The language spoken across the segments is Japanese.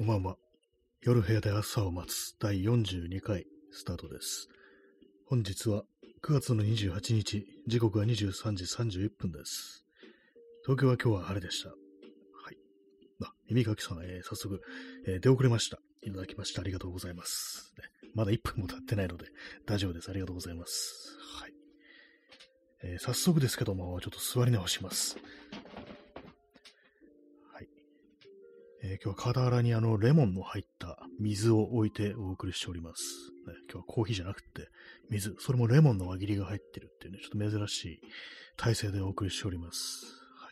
こんばんは。夜部屋で朝を待つ第42回スタートです。本日は9月の28日、時刻は23時31分です。東京は今日は晴れでした。はい。耳かきさん、早速、出遅れました。いただきました。ありがとうございます。まだ1分も経ってないので大丈夫です。ありがとうございます。はい。早速ですけども、ちょっと座り直します。今日は傍らにレモンの入った水を置いてお送りしております。今日はコーヒーじゃなくて水、それもレモンの輪切りが入ってるっていうね、ちょっと珍しい体勢でお送りしております。はい。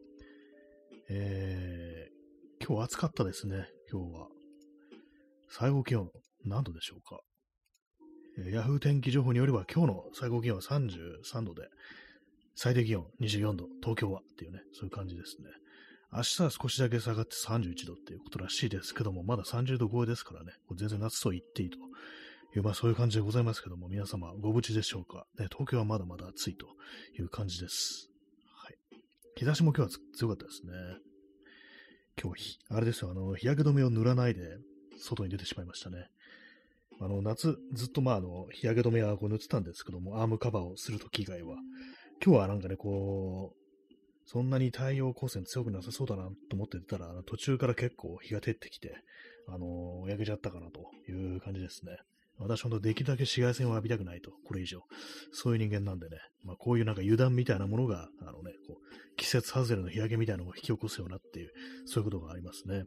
今日暑かったですね、今日は。最高気温何度でしょうか。ヤフー天気情報によれば今日の最高気温は33度で、最低気温24度、東京はっていうね、そういう感じですね。明日は少しだけ下がって31度っていうことらしいですけども、まだ30度超えですからね、全然夏と言っていいという、そういう感じでございますけども、皆様ご無事でしょうか。東京はまだまだ暑いという感じです。はい。日差しも今日は強かったですね。今日、あれですよ、日焼け止めを塗らないで外に出てしまいましたね。夏、ずっと日焼け止めは塗ってたんですけども、アームカバーをするとき以外は、今日はなんかね、そんなに太陽光線強くなさそうだなと思ってたら、途中から結構日が照ってきて、焼けちゃったかなという感じですね。私、ほんとできるだけ紫外線を浴びたくないと、これ以上。そういう人間なんでね、こういうなんか油断みたいなものが、季節外れの日焼けみたいなのを引き起こすようなっていう、そういうことがありますね。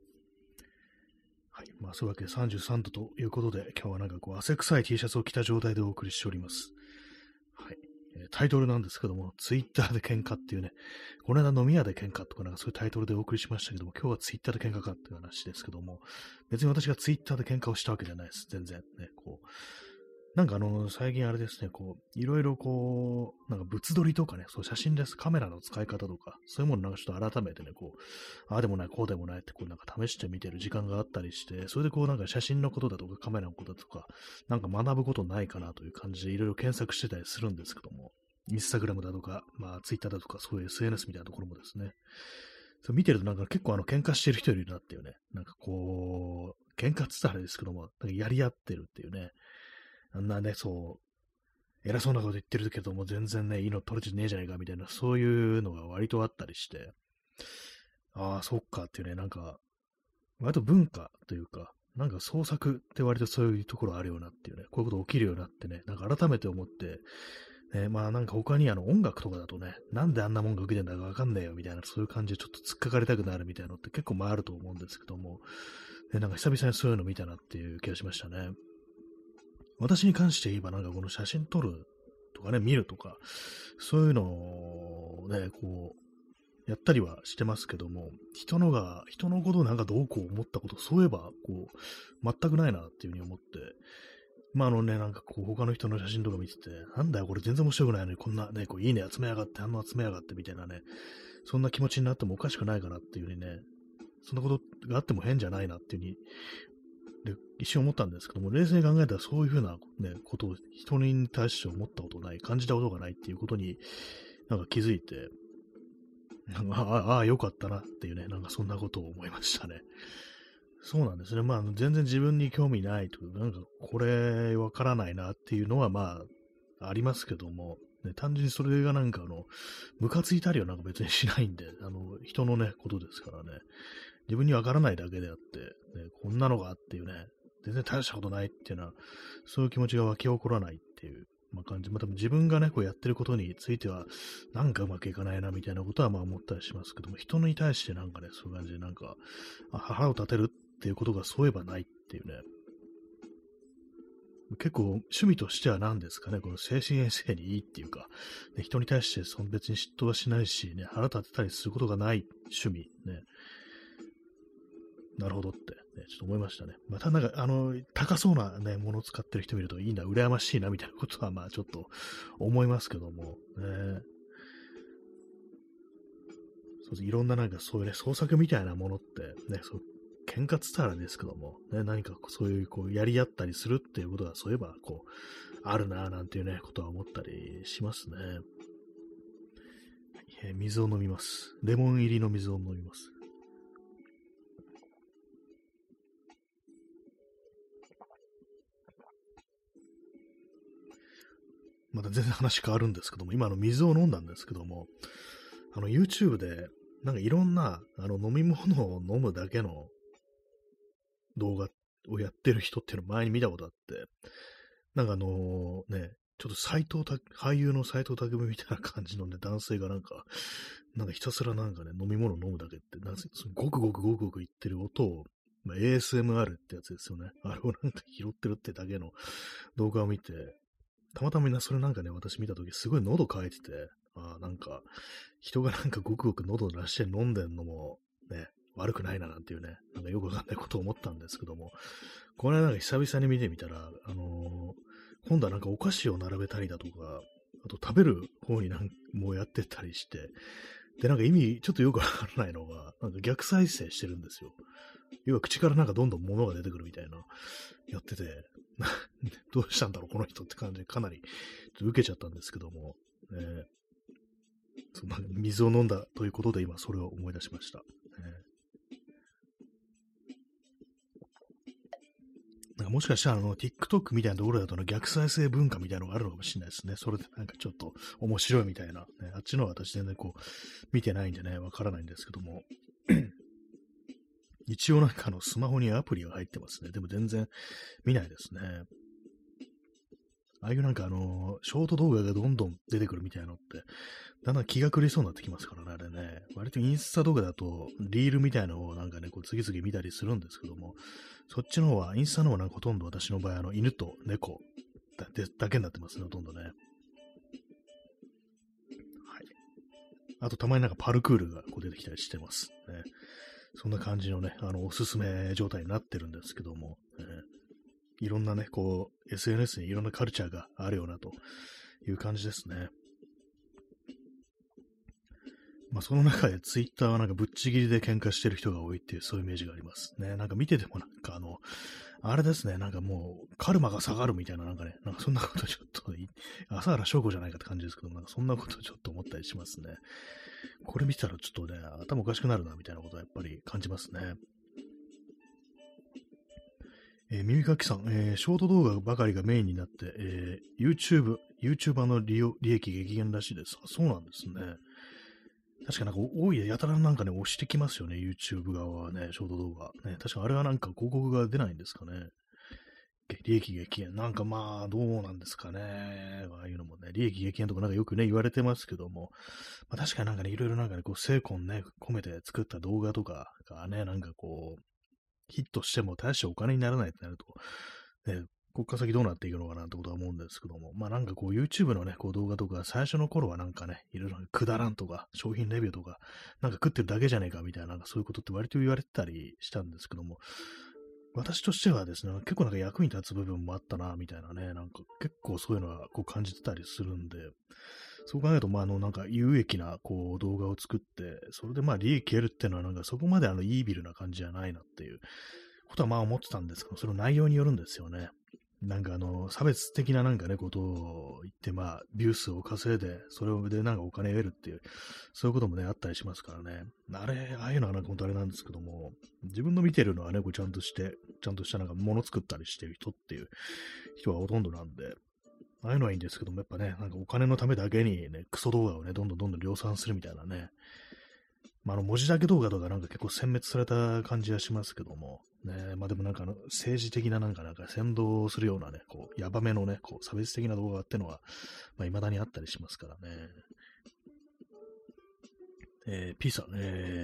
はい。そういうわけで33度ということで、今日はなんか汗臭い T シャツを着た状態でお送りしております。はい。タイトルなんですけども、ツイッターで喧嘩っていうね、この間飲み屋で喧嘩とかなんかそういうタイトルでお送りしましたけども、今日はツイッターで喧嘩かっていう話ですけども、別に私がツイッターで喧嘩をしたわけじゃないです。全然。ね、なんか最近あれですね、いろいろなんか物撮りとかね、そう写真です。カメラの使い方とか、そういうものなんかちょっと改めてね、ああでもない、こうでもないって、なんか試してみてる時間があったりして、それでなんか写真のことだとかカメラのことだとか、なんか学ぶことないかなという感じでいろいろ検索してたりするんですけども、インスタグラムだとか、ツイッターだとか、そういう SNS みたいなところもですね、そう見てるとなんか結構喧嘩してる人いるなっていうね、なんか喧嘩っつったらあれですけども、なんかやり合ってるっていうね、あんなね、偉そうなこと言ってるけども、全然ね、いいの取れてねえじゃねえかみたいな、そういうのが割とあったりして、ああ、そっかっていうね、なんか、割と文化というか、なんか創作って割とそういうところあるよなっていうね、こういうこと起きるよなってね、なんか改めて思って、なんか他に音楽とかだとね、なんであんなもんが受けてんだかわかんねえよみたいな、そういう感じでちょっと突っかかりたくなるみたいなのって結構あると思うんですけども、なんか久々にそういうの見たなっていう気がしましたね。私に関して言えばなんかこの写真撮るとかね、見るとか、そういうのをね、やったりはしてますけども、人のことをなんかどう思ったこと、そういえば、全くないなっていうふうに思って、なんか他の人の写真とか見てて、なんだよ、これ全然面白くないのに、こんなね、いいね集めやがって、集めやがってみたいなね、そんな気持ちになってもおかしくないかなっていうふうにね、そんなことがあっても変じゃないなっていうふうに、一瞬思ったんですけども、冷静に考えたらそういうふうなね、ことを人に対して思ったことない、感じたことがないっていうことになんか気づいて、なんかああ、よかったなっていうね、なんかそんなことを思いましたね。そうなんですね。全然自分に興味ないという、なんかこれわからないなっていうのはありますけども、ね、単純にそれがなんかムカついたりはなんか別にしないんで、人のね、ことですからね、自分にわからないだけであって、ね、こんなのがっていうね、全然大したことないっていうのは、そういう気持ちが湧き起こらないっていう、感じ。多分自分がね、やってることについては、なんかうまくいかないな、みたいなことは思ったりしますけども、人に対してなんかね、そういう感じでなんか、腹を立てるっていうことがそういえばないっていうね、結構趣味としては何ですかね、この精神衛生にいいっていうか、ね、人に対して別に嫉妬はしないし、ね、腹立てたりすることがない趣味、ね、なるほどって、ね、ちょっと思いましたね。ただなんか、高そうなね、ものを使ってる人見るといいな、羨ましいな、みたいなことは、ちょっと思いますけども、ね。そうです。いろんななんかそういうね、創作みたいなものって、ね、喧嘩っつったらですけども、ね、何かそういう、やり合ったりするっていうことが、そういえば、あるなぁ、なんていうね、ことは思ったりしますね。水を飲みます。レモン入りの水を飲みます。 また全然話変わるんですけども、今水を飲んだんですけども、YouTube で、なんかいろんな、飲み物を飲むだけの動画をやってる人っていうのを前に見たことあって、なんかちょっと俳優の斎藤工みたいな感じのね、男性がなんかひたすらなんかね、飲み物を飲むだけって、そのごくごくごくごく言ってる音を、ASMR ってやつですよね。あれをなんか拾ってるってだけの動画を見て、たまたまそれなんかね、私見たときすごい喉乾いてて、なんか、人がなんかごくごく喉を出して飲んでんのもね、悪くないななんていうね、なんかよくわかんないことを思ったんですけども、これなんか久々に見てみたら、今度はなんかお菓子を並べたりだとか、あと食べる方にもうやってたりして、で、なんか意味ちょっとよくわからないのが、なんか逆再生してるんですよ。要は口からなんかどんどん物が出てくるみたいな、やってて、どうしたんだろう、この人って感じでかなり受けちゃったんですけども、そんな水を飲んだということで今それを思い出しました。なんかもしかしたらTikTok みたいなところだと逆再生文化みたいなのがあるのかもしれないですね。それでなんかちょっと面白いみたいな、ね。あっちのは私全然見てないんでね、わからないんですけども。一応なんかスマホにアプリが入ってますね。でも全然見ないですね。ああいうなんかショート動画がどんどん出てくるみたいなのって、だんだん気が狂いそうになってきますからね、あれね。割とインスタ動画だと、リールみたいなのをなんかね、次々見たりするんですけども、そっちの方は、インスタの方はなんかほとんど私の場合、犬と猫だけになってますね、ほとんどね。はい。あと、たまになんかパルクールが出てきたりしてますね。そんな感じのね、おすすめ状態になってるんですけども、いろんなね、SNS にいろんなカルチャーがあるようなという感じですね。その中でツイッターはなんかぶっちぎりで喧嘩してる人が多いっていうそういうイメージがありますね。なんか見ててもなんかあれですね、なんかもうカルマが下がるみたいななんかね、なんかそんなことちょっと、朝原翔子じゃないかって感じですけど、なんかそんなことちょっと思ったりしますね。これ見たらちょっとね、頭おかしくなるなみたいなことはやっぱり感じますね。耳かきさん、ショート動画ばかりがメインになって、YouTuber の利益激減らしいです。そうなんですね。確かなんか多いやたらなんかね、押してきますよね、YouTube 側はね、ショート動画。ね、確かあれはなんか広告が出ないんですかね。利益激減。なんかどうなんですかね。ああいうのもね、利益激減とかなんかよくね、言われてますけども、確かになんかね、いろいろなんかね、精魂ね、込めて作った動画とかがね、なんかヒットしても大してお金にならないってなると、ね、こっから先どうなっていくのかなってことは思うんですけども、なんかYouTube のね、動画とか、最初の頃はなんかね、いろいろくだらんとか、商品レビューとか、なんか食ってるだけじゃねえかみたいな、なんかそういうことって割と言われてたりしたんですけども、私としてはですね、結構なんか役に立つ部分もあったな、みたいなね、なんか結構そういうのは感じてたりするんで、そう考えると、なんか有益な動画を作って、それで利益得るっていうのはなんかそこまでイービルな感じじゃないなっていうことは思ってたんですけど、その内容によるんですよね。なんか差別的ななんかね、ことを言って、ビュー数を稼いで、それでなんかお金を得るっていう、そういうこともね、あったりしますからね。ああいうのはなんか本当あれなんですけども、自分の見てるのはね、ちゃんとしたなんか物作ったりしてる人っていう人がほとんどなんで、ああいうのはいいんですけども、やっぱね、なんかお金のためだけにね、クソ動画をね、どんどん量産するみたいなね、文字だけ動画とかなんか結構殲滅された感じはしますけども、ね、でもなんか政治的ななんか先導するようなね、ヤバめのね、差別的な動画ってのは、未だにあったりしますからね。P さん、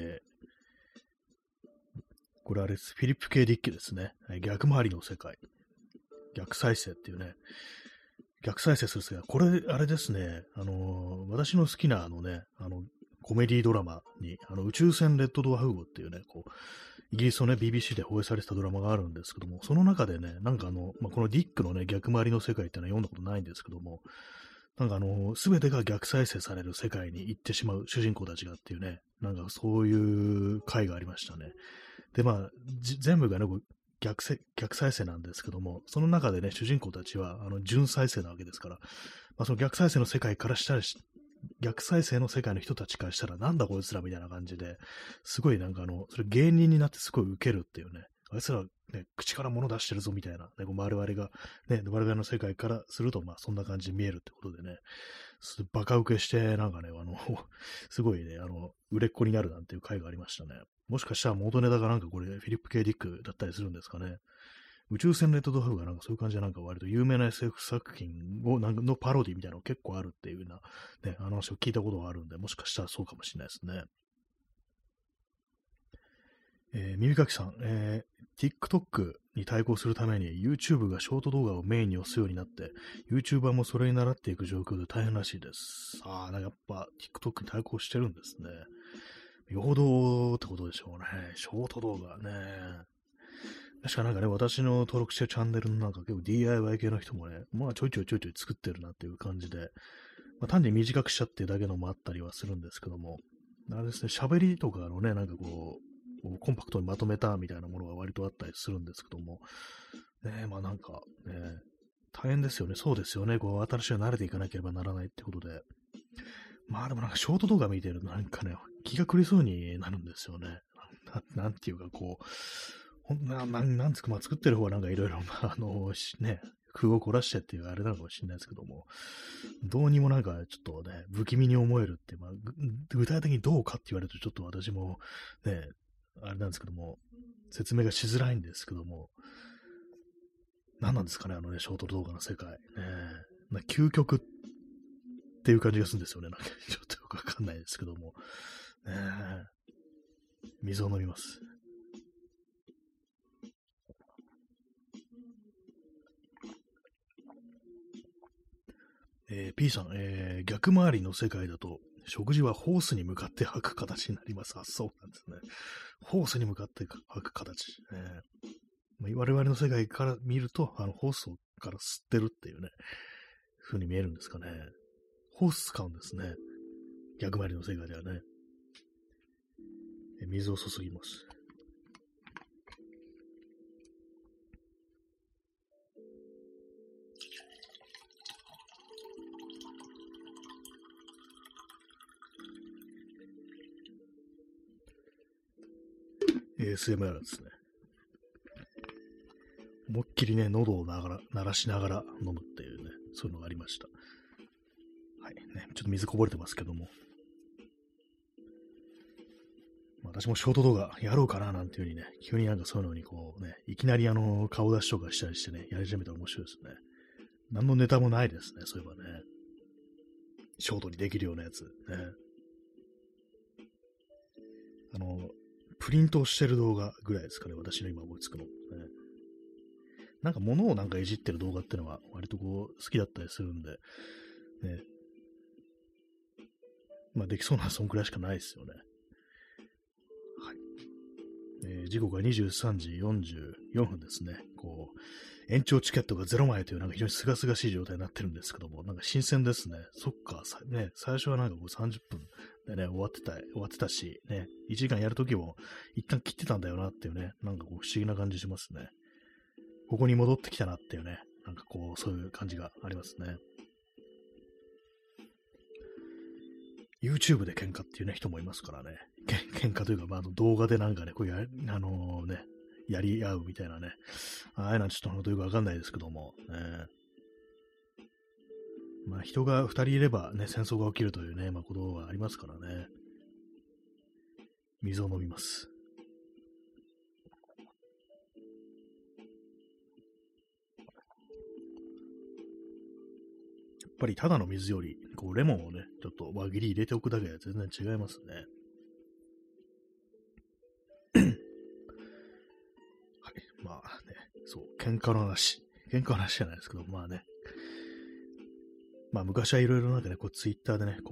これあれです。フィリップ・K・ディッケですね。逆回りの世界。逆再生っていうね、逆再生するんですが、これ、あれですね、私の好きなコメディドラマに、宇宙船レッドドワーフ号っていうね、イギリスのね、BBC で放映されてたドラマがあるんですけども、その中でね、なんかこのディックのね、逆回りの世界っていうのは読んだことないんですけども、なんかすべてが逆再生される世界に行ってしまう主人公たちがっていうね、なんかそういう回がありましたね。で、全部がね、逆再生なんですけども、その中でね、主人公たちは、純再生なわけですから、その逆再生の世界からしたら逆再生の世界の人たちからしたら、なんだこいつらみたいな感じで、すごいなんかそれ芸人になってすごいウケるっていうね、 あいつら、ね、口から物出してるぞみたいな、ね、こう我々が、ね、我々の世界からすると、まあそんな感じに見えるってことでね、バカ受けして、なんかね、すごいね、売れっ子になるなんていう回がありましたね。もしかしたら元ネタがなんかこれ、フィリップ・K・ディックだったりするんですかね。宇宙船レッドドハウがなんかそういう感じでなんか割と有名な SF 作品のパロディみたいなのが結構あるっていうような、ね、話を聞いたことがあるんで、もしかしたらそうかもしれないですね。耳かきさん、TikTok に対抗するために YouTube がショート動画をメインに押すようになって、YouTuber もそれに習っていく状況で大変らしいです。ああ、なんかやっぱ TikTok に対抗してるんですね。よほどってことでしょうね。ショート動画ね。確かなんかね、私の登録してるチャンネルのなんか結構 DIY 系の人もね、まあちょいちょい作ってるなっていう感じで、まあ、単に短くしちゃってるだけのもあったりはするんですけども、あれですね、喋りとかのね、なんかコンパクトにまとめたみたいなものが割とあったりするんですけども、ね、まあなんかね、大変ですよね。そうですよね。新しいの慣れていかなければならないってことで。まあでもなんかショート動画見てるとなんかね、気が狂いそうになるんですよね。なんていうかなんですか、まあ作ってる方はなんかいろいろ、ね、工を凝らしてっていうあれなのかもしれないですけども、どうにもなんかちょっとね、不気味に思えるって、まあ、具体的にどうかって言われるとちょっと私もね、あれなんですけども、説明がしづらいんですけども、何なんですかね、ショート動画の世界。究極っていう感じがするんですよね。なんかちょっとよくわかんないですけども。水を飲みます。P さん、逆回りの世界だと、食事はホースに向かって吐く形になります。あ、そうなんですね。ホースに向かって吐く形。我々の世界から見ると、ホースから吸ってるっていうね、風に見えるんですかね。ホース使うんですね。逆回りの世界ではね。水を注ぎます。ASMR ですね。思いっきりね、喉を鳴らしながら飲むっていうね、そういうのがありました。はい。ね、ちょっと水こぼれてますけども。私もショート動画やろうかななんていう風にね、急になんかそういうのにいきなり顔出しとかしたりしてね、やり始めたら面白いですね。何のネタもないですね、そういえばね。ショートにできるようなやつ。ね。プリントをしてる動画ぐらいですかね、私の今思いつくの。ね、なんか物をなんかいじってる動画ってのは割と好きだったりするんで、ね。まあできそうなそんくらいしかないですよね。はい。時刻が23時44分ですね。延長チケットが0枚というなんか非常に清々しい状態になってるんですけども、なんか新鮮ですね。そっか、ね、最初はなんか30分でね、終わってたし、ね、1時間やるときも一旦切ってたんだよなっていうね、なんか不思議な感じしますね。ここに戻ってきたなっていうね、なんかそういう感じがありますね。YouTube で喧嘩っていうね、人もいますからね。喧嘩というか、まあ、動画でなんかね、やり合うみたいなね。ああいうのはちょっと本当よくわかんないですけども、まあ、人が2人いればね、戦争が起きるというね、まあ、ことはありますからね。水を飲みます。やっぱりただの水より、レモンをね、ちょっと輪切り入れておくだけで全然違いますね。はい。まあね、そう、喧嘩の話じゃないですけど、まあね。まあ昔はいろいろなんかね、ツイッターでね、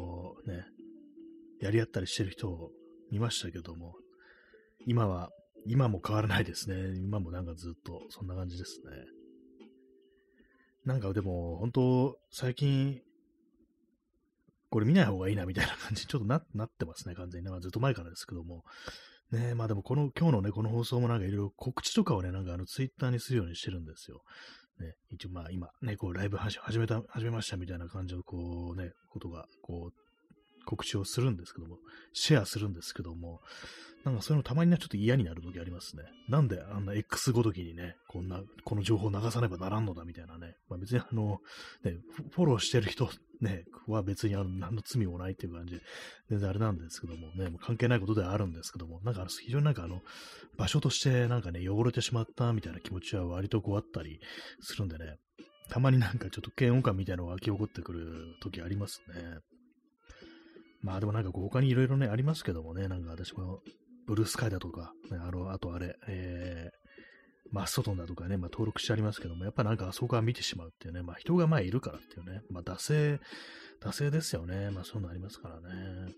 やり合ったりしてる人を見ましたけども、今も変わらないですね。今もなんかずっとそんな感じですね。なんかでも、本当最近、これ見ない方がいいなみたいな感じにちょっとなってますね、完全にね。まあ、ずっと前からですけども。ね、まあでも今日のね、この放送もなんかいろいろ告知とかをね、なんかツイッターにするようにしてるんですよ。ね、一応まあ今ね、ライブ始めましたみたいな感じのことが、 告知をするんですけども、シェアするんですけども、なんかそういうのたまにちょっと嫌になる時ありますね。なんであんな X ごときにね、この情報を流さねばならんのだみたいなね。まあ別にね、フォローしてる人ね、は別に何の罪もないっていう感じで、全然あれなんですけどもね、関係ないことではあるんですけども、なんか非常になんか場所としてなんかね、汚れてしまったみたいな気持ちは割とこうあったりするんでね、たまになんかちょっと嫌悪感みたいなのが湧き起こってくる時ありますね。まあでもなんかこう他にいろいろね、ありますけどもね、なんか私もブルースカイだとか、ね、あとあれ、マストドンだとかね、まあ登録してありますけども、やっぱなんかあそこから見てしまうっていうね、まあ人が前いるからっていうね、まあ惰性ですよね。まあそういうのありますからね。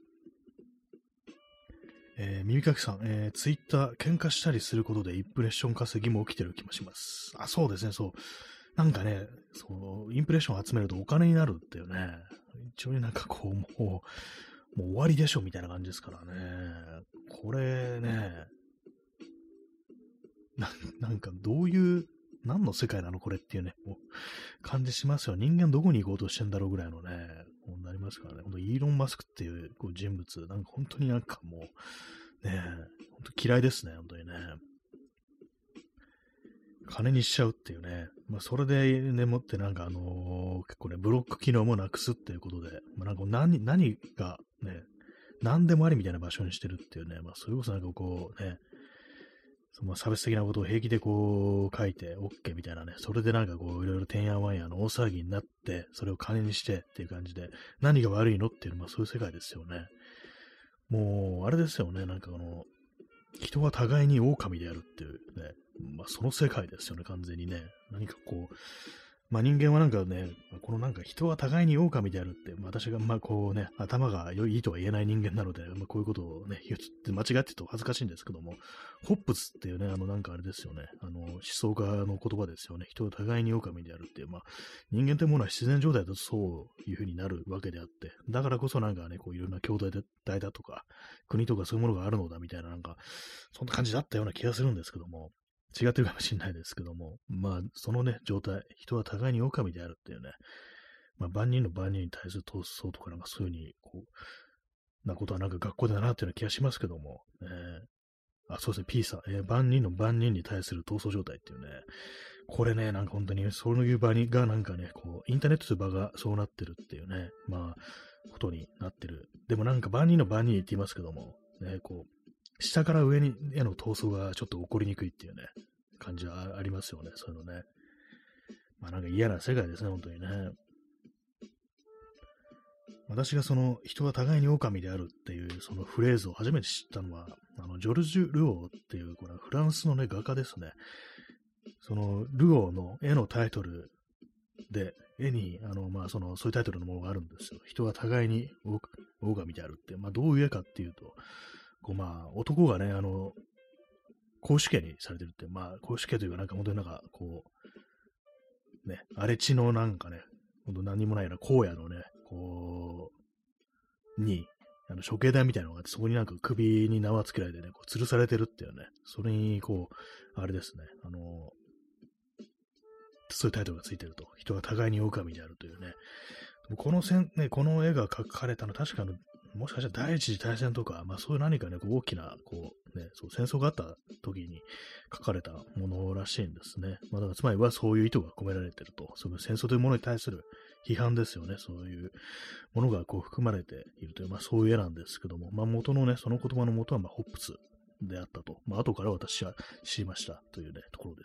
耳かきさん、ツイッター喧嘩したりすることでインプレッション稼ぎも起きてる気もします。あ、そうですね、そう。なんかね、そう、インプレッションを集めるとお金になるっていうね、一応なんかこう、もう終わりでしょみたいな感じですからね。これね、なんかどういう、何の世界なのこれっていうね、もう感じしますよ。人間どこに行こうとしてんだろうぐらいのね、こうなりますからね。ほんとイーロン・マスクっていうこう人物、なんか本当になんかもう、ね、本当嫌いですね、本当にね。金にしちゃうっていうね。まあ、それでね、もってなんか結構ね、ブロック機能もなくすっていうことで、まあ、なんか何がね、何でもありみたいな場所にしてるっていうね、まあ、それこそなんかこうね、差別的なことを平気でこう書いて OK みたいなね、それでなんかこういろいろてんやわんやの大騒ぎになって、それを金にしてっていう感じで、何が悪いのっていうのは、まあ、そういう世界ですよね。もう、あれですよね、なんか人は互いに狼であるっていうね、まあその世界ですよね、完全にね。何かこう、まあ人間はなんかね、このなんか人は互いに狼であるって、まあ、私がまあこうね、頭がいいとは言えない人間なので、まあこういうことをね、言って間違ってると恥ずかしいんですけども、ホップスっていうね、なんかあれですよね、思想家の言葉ですよね。人は互いに狼であるっていう、まあ人間というものは自然状態だとそういう風になるわけであって、だからこそなんかね、こういろんな兄弟だとか、国とかそういうものがあるのだみたいななんか、そんな感じだったような気がするんですけども、違ってるかもしれないですけども、まあ、そのね、状態、人は互いに狼であるっていうね、まあ、万人の万人に対する闘争とかなんかそういうふうに、こう、なことはなんか学校で習ったような気がしますけども、あ、そうですね、P さん、万人の万人に対する闘争状態っていうね、これね、なんか本当にそういう場がなんかね、こう、インターネットという場がそうなってるっていうね、まあ、ことになってる。でもなんか万人の万人って言いますけども、ね、こう、下から上にへの闘争がちょっと起こりにくいっていうね、感じはありますよね、そういうのね。まあなんか嫌な世界ですね、本当にね。私がその人は互いに狼であるっていうそのフレーズを初めて知ったのは、ジョルジュ・ルオーっていう、これはフランスのね、画家ですね。そのルオーの絵のタイトルで、絵に、まあそういうタイトルのものがあるんですよ。人は互いに狼であるって。まあどういう絵かっていうと、こうまあ男がね、公主刑にされてるって、まあ公主刑というかなんか本当になんかこう、ね、荒れ地のなんかね、ほんと何もないような荒野のね、こう、に、処刑台みたいなのがあって、そこになんか首に縄つけられてね、こう吊るされてるっていうね、それにこう、あれですね、そういうタイトルがついてると。人が互いに狼であるというね。この絵が描かれたの確かもしかしたら第一次大戦とか、まあそういう何かね、こう大きな、こうね、そう戦争があった時に書かれたものらしいんですね。まあだからつまりはそういう意図が込められていると。その戦争というものに対する批判ですよね。そういうものがこう含まれているという、まあそういう絵なんですけども、まあ元のね、その言葉の元はまあホップスであったと。まあ後から私は知りましたというね、ところです。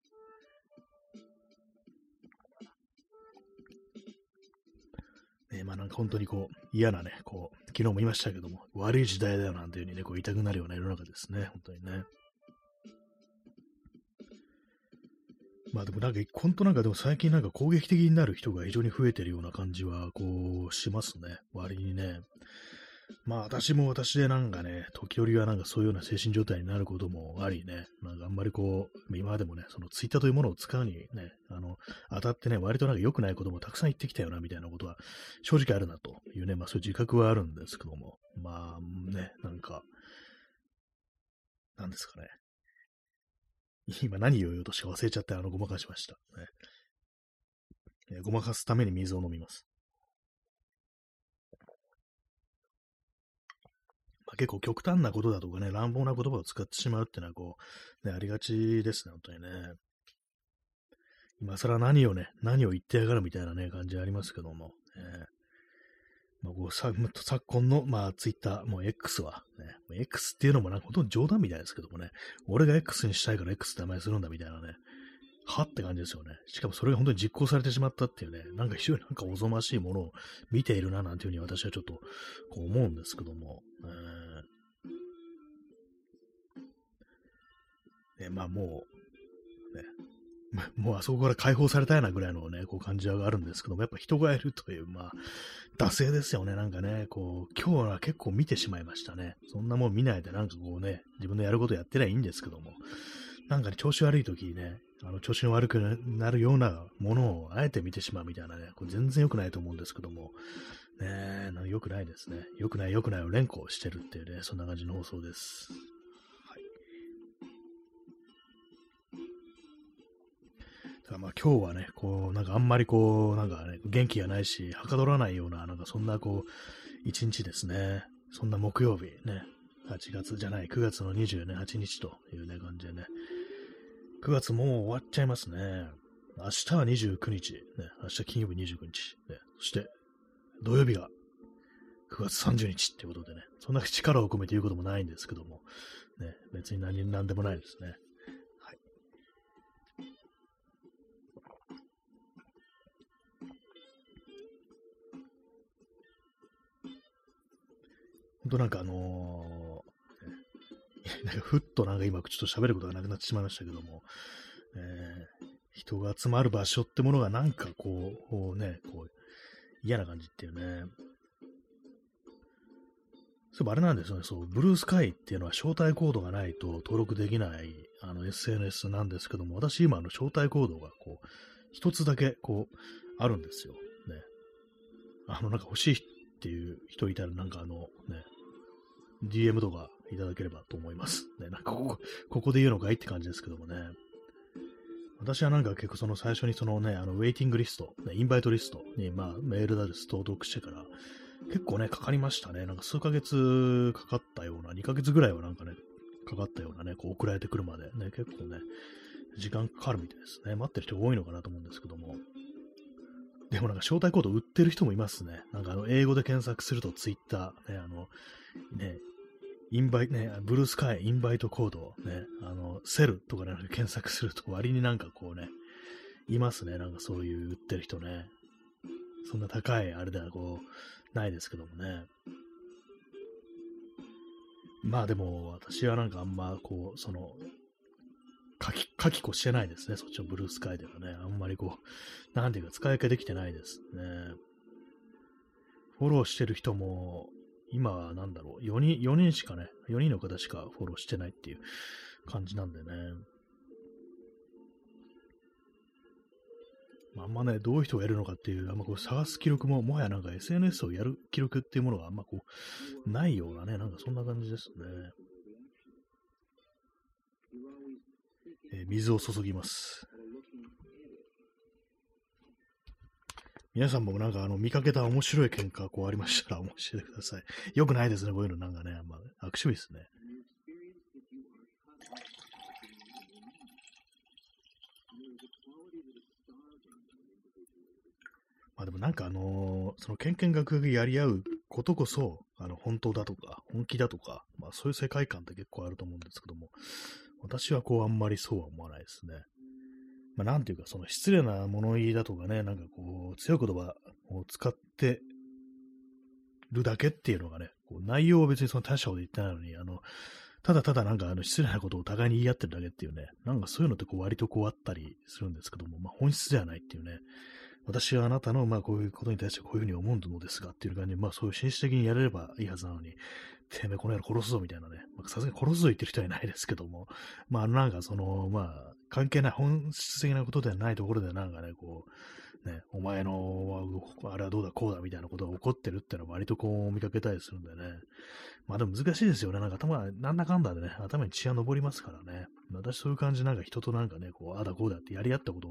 まあなんか本当にこう嫌なね、こう、昨日も言いましたけども、悪い時代だよなんていう風にね、こう言いたくなるような世の中ですね、本当にね。まあでもなんか、本当なんかでも最近なんか攻撃的になる人が非常に増えてるような感じは、こう、しますね、割にね。まあ私も私でなんかね、時折はなんかそういうような精神状態になることもありね、なんかあんまりこう、今までもね、そのツイッターというものを使うにね、当たってね、割となんか良くないこともたくさん言ってきたよな、みたいなことは正直あるなというね、まあそういう自覚はあるんですけども、まあね、なんか、なんですかね。今何を言おうとしか忘れちゃってごまかしました。ね、ごまかすために水を飲みます。 結構極端なことだとかね、乱暴な言葉を使ってしまうっていうのは、ありがちですね、本当にね。今更何を言ってやがるみたいなね、感じありますけども。昨今の、ツイッター、もう X は、ね、X っていうのもほとんど冗談みたいですけどもね、俺が X にしたいから X って名前するんだみたいなね、はって感じですよね。しかもそれが本当に実行されてしまったっていうね、非常におぞましいものを見ているな、なんていうふうに私はちょっと思うんですけども、もう、ね、もうあそこから解放されたようなぐらいのね、感じがあるんですけども、やっぱ人がいるという、惰性ですよね。今日は結構見てしまいましたね。そんなもん見ないで、自分のやることやってりゃいいんですけども、調子悪い時にね、調子の悪くなるようなものをあえて見てしまうみたいなね、全然良くないと思うんですけども、良くないですね。良くないを連呼してるっていうね、そんな感じの放送です。今日はね、あんまり元気がないし、はかどらないような、そんな一日ですね。そんな木曜日ね、9月の28日というね、感じでね。9月もう終わっちゃいますね。明日は29日、ね、明日金曜日29日、ね、そして土曜日が9月30日っていうことでね、そんな力を込めて言うこともないんですけども、ね、別に何でもないですね。はい。本当ふっと今ちょっと喋ることがなくなってしまいましたけども、人が集まる場所ってものが嫌な感じっていうね。そういえばあれなんですよね、ブルースカイっていうのは招待コードがないと登録できない、SNS なんですけども、私今招待コードが一つだけあるんですよ。ね。欲しいっていう人いたらDM とかいただければと思います。ね、ここで言うのかいって感じですけどもね。私は結構最初にウェイティングリスト、インバイトリストにメールアドレス登録してから、結構かかりましたね。数ヶ月かかったような、2ヶ月ぐらいはかかったようなね、送られてくるまでね、結構ね、時間かかるみたいですね。待ってる人多いのかなと思うんですけども。でも招待コード売ってる人もいますね。英語で検索するとツイッター、ブルースカイインバイトコード、ね、セルとかで検索すると割にいますね。そういう売ってる人ね。そんな高いあれではないですけどもね。でも私はあんま書き子してないですね。そっちのブルースカイではね。あんまりなんていうか使い分けできてないですね。フォローしてる人も、今は4人しかね、4人の方しかフォローしてないっていう感じなんでね。あんまね、どういう人がいるのかっていう、あんま探す記録も、もはやSNS をやる記録っていうものがあんまないようなね、そんな感じですね。水を注ぎます。皆さんも見かけた面白い喧嘩ありましたら教えてください。よくないですね、こういうのあんま悪趣味ですね。でもそのケンケンガクガクやり合うことこそ、本当だとか、本気だとか、そういう世界観って結構あると思うんですけども、私はあんまりそうは思わないですね。なんていうか、失礼な物言いだとかね、強い言葉を使ってるだけっていうのがね、内容は別に大したこと言ってないのに、ただただ失礼なことをお互いに言い合ってるだけっていうね、そういうのって割とあったりするんですけども、本質ではないっていうね、私はあなたの、こういうことに対してこういうふうに思うのですがっていう感じで、そういう紳士的にやれればいいはずなのに、てめえこの野郎殺すぞみたいなね、さすがに殺すぞ言ってる人はいないですけども、関係ない本質的なことではないところでお前の、あれはどうだこうだみたいなことが起こってるっていうのは割と見かけたりするんでね。でも難しいですよね。なんだかんだでね、頭に血が上りますからね。私そういう感じ人とあだこうだってやり合ったこと、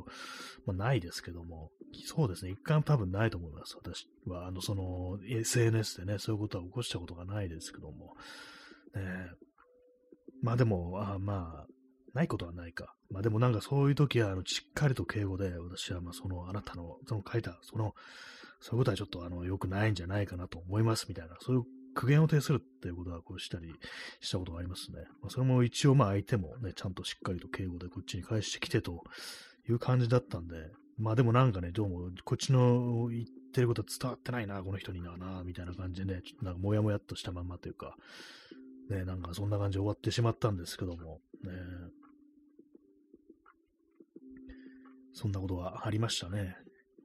ないですけども、そうですね。一回多分ないと思います。私は、SNS でね、そういうことは起こしたことがないですけども、 ね、まあでも、まあ、ないことはないか。まあでもなんかそういう時は、しっかりと敬語で、私はまああなたの、その書いた、そういうことはちょっと良くないんじゃないかなと思いますみたいな、そういう苦言を呈するっていうことはこうしたりしたことがありますね。まあ、それも一応まあ相手もね、ちゃんとしっかりと敬語でこっちに返してきてという感じだったんで、まあでもなんかね、どうもこっちの言ってること伝わってないな、この人にな、みたいな感じでね、ちょっとなんかもやもやっとしたまんまというか、ね、なんかそんな感じで終わってしまったんですけども、ね、そんなことがありましたね。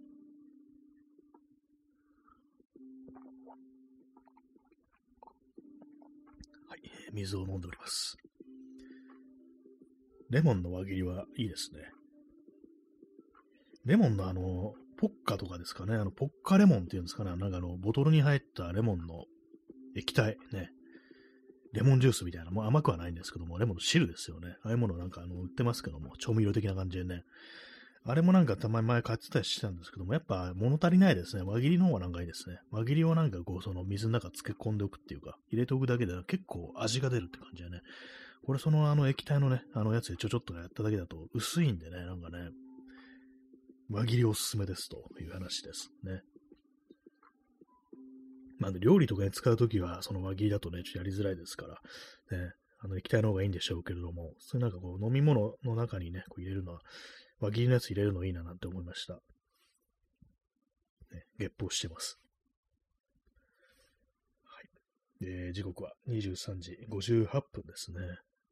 はい、水を飲んでおります。レモンの輪切りはいいですね。レモンのポッカとかですかね。ポッカレモンっていうんですかね。なんかボトルに入ったレモンの液体ね。レモンジュースみたいな、もう甘くはないんですけども、レモンの汁ですよね。ああいうものなんか売ってますけども、調味料的な感じでね。あれもなんかたまに前買ってたりしてたんですけども、やっぱ物足りないですね。輪切りの方がなんかいいですね。輪切りをなんかこう、水の中漬け込んでおくっていうか、入れておくだけで結構味が出るって感じでね。これ液体のね、やつでちょっとやっただけだと薄いんでね、なんかね、輪切りおすすめですという話ですね。まあ、料理とかに使うときは、その輪切りだとね、ちょっとやりづらいですから、ね、液体の方がいいんでしょうけれども、そういうなんかこう、飲み物の中にね、こう入れるのは、輪切りのやつ入れるのいいななんて思いました。ね、ゲップをしてます。はい。時刻は23時58分ですね。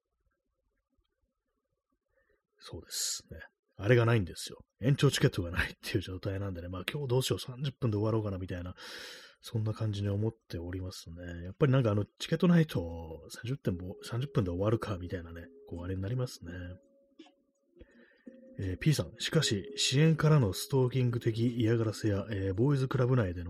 そうですね。あれがないんですよ。延長チケットがないっていう状態なんでね、まあ今日どうしよう、30分で終わろうかなみたいな、そんな感じに思っておりますね。やっぱりなんかチケットないと30分で終わるかみたいなね、こうあれになりますね。P さん、しかし、支援からのストーキング的嫌がらせや、ボーイズクラブ内で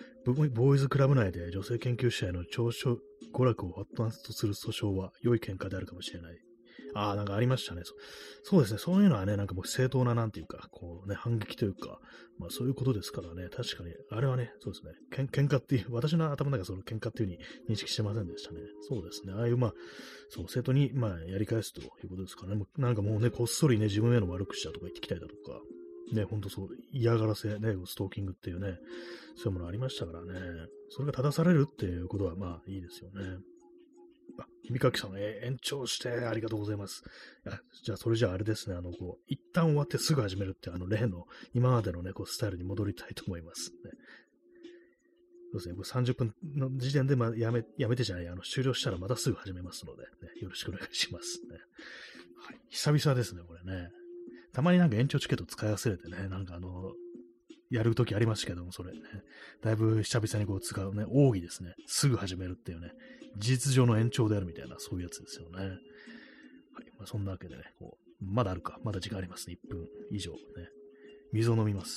女性研究者への聴取娯楽を発端とする訴訟は良い喧嘩であるかもしれない。なんかありましたね。そうですね。そういうのはね、なんかもう正当な、なんていうか、こうね、反撃というか、まあそういうことですからね。確かに、あれはね、そうですね。喧嘩っていう、私の頭の中でその喧嘩っていう風に認識してませんでしたね。そうですね。ああいう、まあ、そう、正当に、まあ、やり返すということですからね。なんかもうね、こっそりね、自分への悪口だとか言ってきたりだとか、ね、ほんとそう、嫌がらせ、ね、ストーキングっていうね、そういうものありましたからね。それが正されるっていうことは、まあ、いいですよね。ひかきさん、延長してありがとうございます。じゃあ、それじゃああれですね、一旦終わってすぐ始めるって、例の、今までのね、こう、スタイルに戻りたいと思います、ね。そうですね、30分の時点で、まあ、やめてじゃない、終了したらまたすぐ始めますので、ね、よろしくお願いしますね。はい。久々ですね、これね。たまになんか延長チケット使い忘れてね、なんかやるときありましたけども、それね、だいぶ久々にこう使うね、奥義ですね。すぐ始めるっていうね、事実上の延長であるみたいな、そういうやつですよね。はい。まあ、そんなわけでね、こう、まだあるか、まだ時間ありますね。1分以上ね。水を飲みます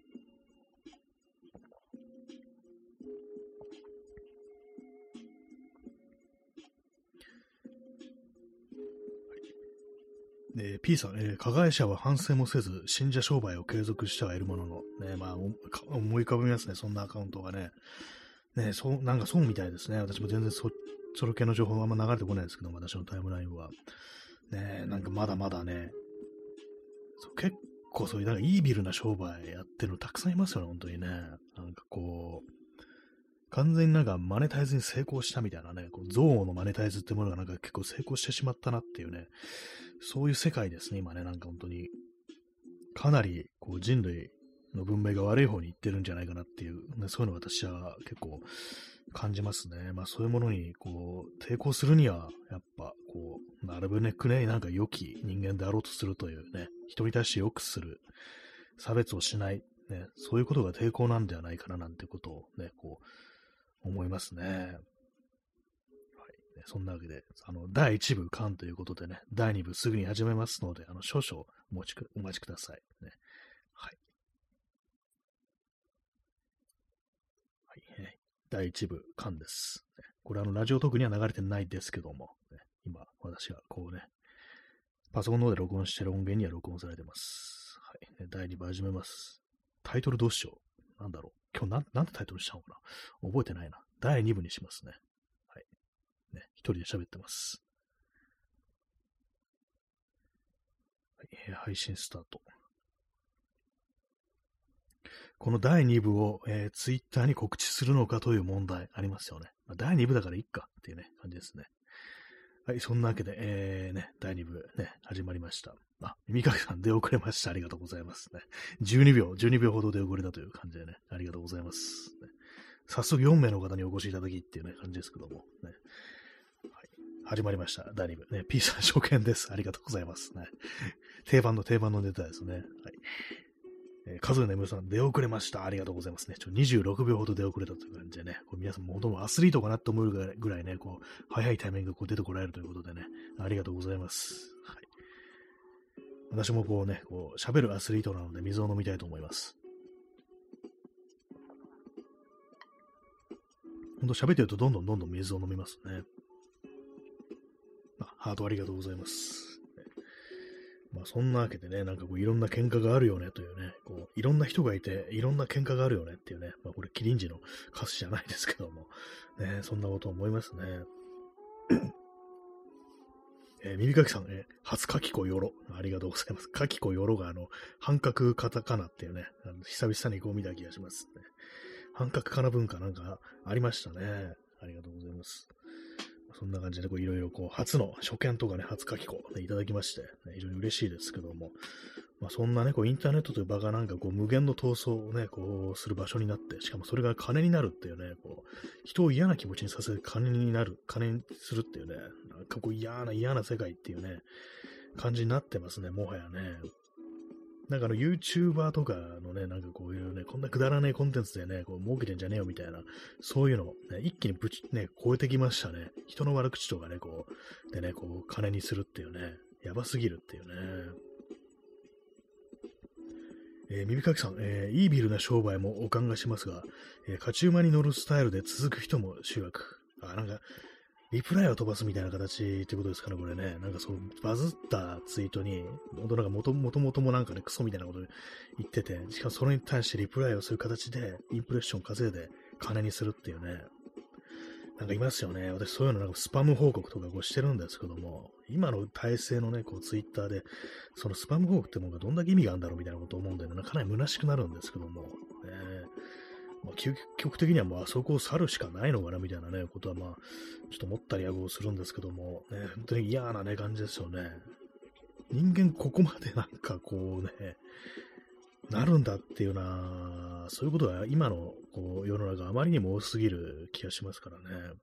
。P さん、加害者は反省もせず、信者商売を継続してはいるものの、ね、まあ、思い浮かびますね、そんなアカウントがね。ね、なんかそうみたいですね。私も全然それ系の情報はあんま流れてこないですけど、私のタイムラインは。ね、なんかまだまだね、結構そういう、なんかイービルな商売やってるのたくさんいますよね、本当にね。なんかこう、完全になんかマネタイズに成功したみたいなね、こう憎悪のマネタイズってものがなんか結構成功してしまったなっていうね、そういう世界ですね、今ね、なんか本当に。かなりこう人類の文明が悪い方に行ってるんじゃないかなっていう、ね、そういうのを私は結構感じますね。まあそういうものにこう抵抗するには、やっぱこう、なるべくね、なんか良き人間であろうとするというね、人に対して良くする、差別をしない、ね、そういうことが抵抗なんではないかななんてことをね、こう思いますね。はい。そんなわけで、第1部完ということでね、第2部すぐに始めますので、少々お待ちください。ね。はい。はい、第1部完です。これラジオトークには流れてないですけども、ね、今、私がこうね、パソコンの方で録音してる音源には録音されてます。はい。第2部始めます。タイトルどうしよう。なんだろう。今日なんてタイトルしたのかな。覚えてないな。第2部にしますね。はい。 ね、一人で喋ってます。はい、配信スタート。この第2部を、ツイッターに告知するのかという問題ありますよね。まあ、第2部だからいっかっていうね、感じですね。はい、そんなわけで、第2部ね、始まりました。あ、耳かきさん出遅れました。ありがとうございますね。12秒ほど出遅れたという感じでね、ありがとうございます。ね、早速4名の方にお越しいただきっていうね、感じですけども、ね。はい、始まりました。第2部。ね、P さん初見です。ありがとうございますね。定番のネタですね。はい。カズーネムさん、出遅れました。ありがとうございますね。26秒ほど出遅れたという感じでね、こう皆さんもほとんどアスリートかなと思うぐらいね、こう、早いタイミングでこう出てこられるということでね、ありがとうございます。はい。私もこうね、こう、喋るアスリートなので水を飲みたいと思います。ほんと喋ってるとどんどん水を飲みますね。ハートありがとうございます。まあそんなわけでね、なんかこういろんな喧嘩があるよねというね、こういろんな人がいていろんな喧嘩があるよねっていうね、まあこれキリンジの歌詞じゃないですけども、ね、そんなこと思いますね。耳かきさん、初かきこよろ。ありがとうございます。かきこよろが半角カタカナっていうね、久々にこう見た気がしますね。半角カナ文化なんかありましたね。ありがとうございます。そんな感じで、いろいろ初の初見とかね、初書き子、ね、いただきまして、ね、非常に嬉しいですけども、まあ、そんなね、インターネットという場がなんか無限の闘争をね、する場所になって、しかもそれが金になるっていうね、人を嫌な気持ちにさせる金にするっていうね、なんか嫌な世界っていうね、感じになってますね、もはやね。なんかYouTuber とかのね、なんかこういうね、こんなくだらないコンテンツでね、儲けてんじゃねえよみたいな、そういうの、ね、一気に超えてきましたね。人の悪口とかね、でね、金にするっていうね、やばすぎるっていうね。耳かきさん、イービルな商売もお考えしますが、勝ち馬に乗るスタイルで続く人も主役。なんか、リプライを飛ばすみたいな形ってことですかね、これね。なんかバズったツイートに、本当なんかもともともなんかね、クソみたいなこと言ってて、しかもそれに対してリプライをする形で、インプレッション稼いで金にするっていうね。なんかいますよね。私そういうのなんかスパム報告とかしてるんですけども、今の体制のね、ツイッターで、そのスパム報告ってものがどんだけ意味があるんだろうみたいなことを思うんでね、かなり虚しくなるんですけども、究極的にはもうあそこを去るしかないのかなみたいなね、ことはちょっと思ったりするんですけども、ね、本当に嫌なね、感じですよね。人間ここまでなんかなるんだっていうな、そういうことが今の世の中あまりにも多すぎる気がしますからね。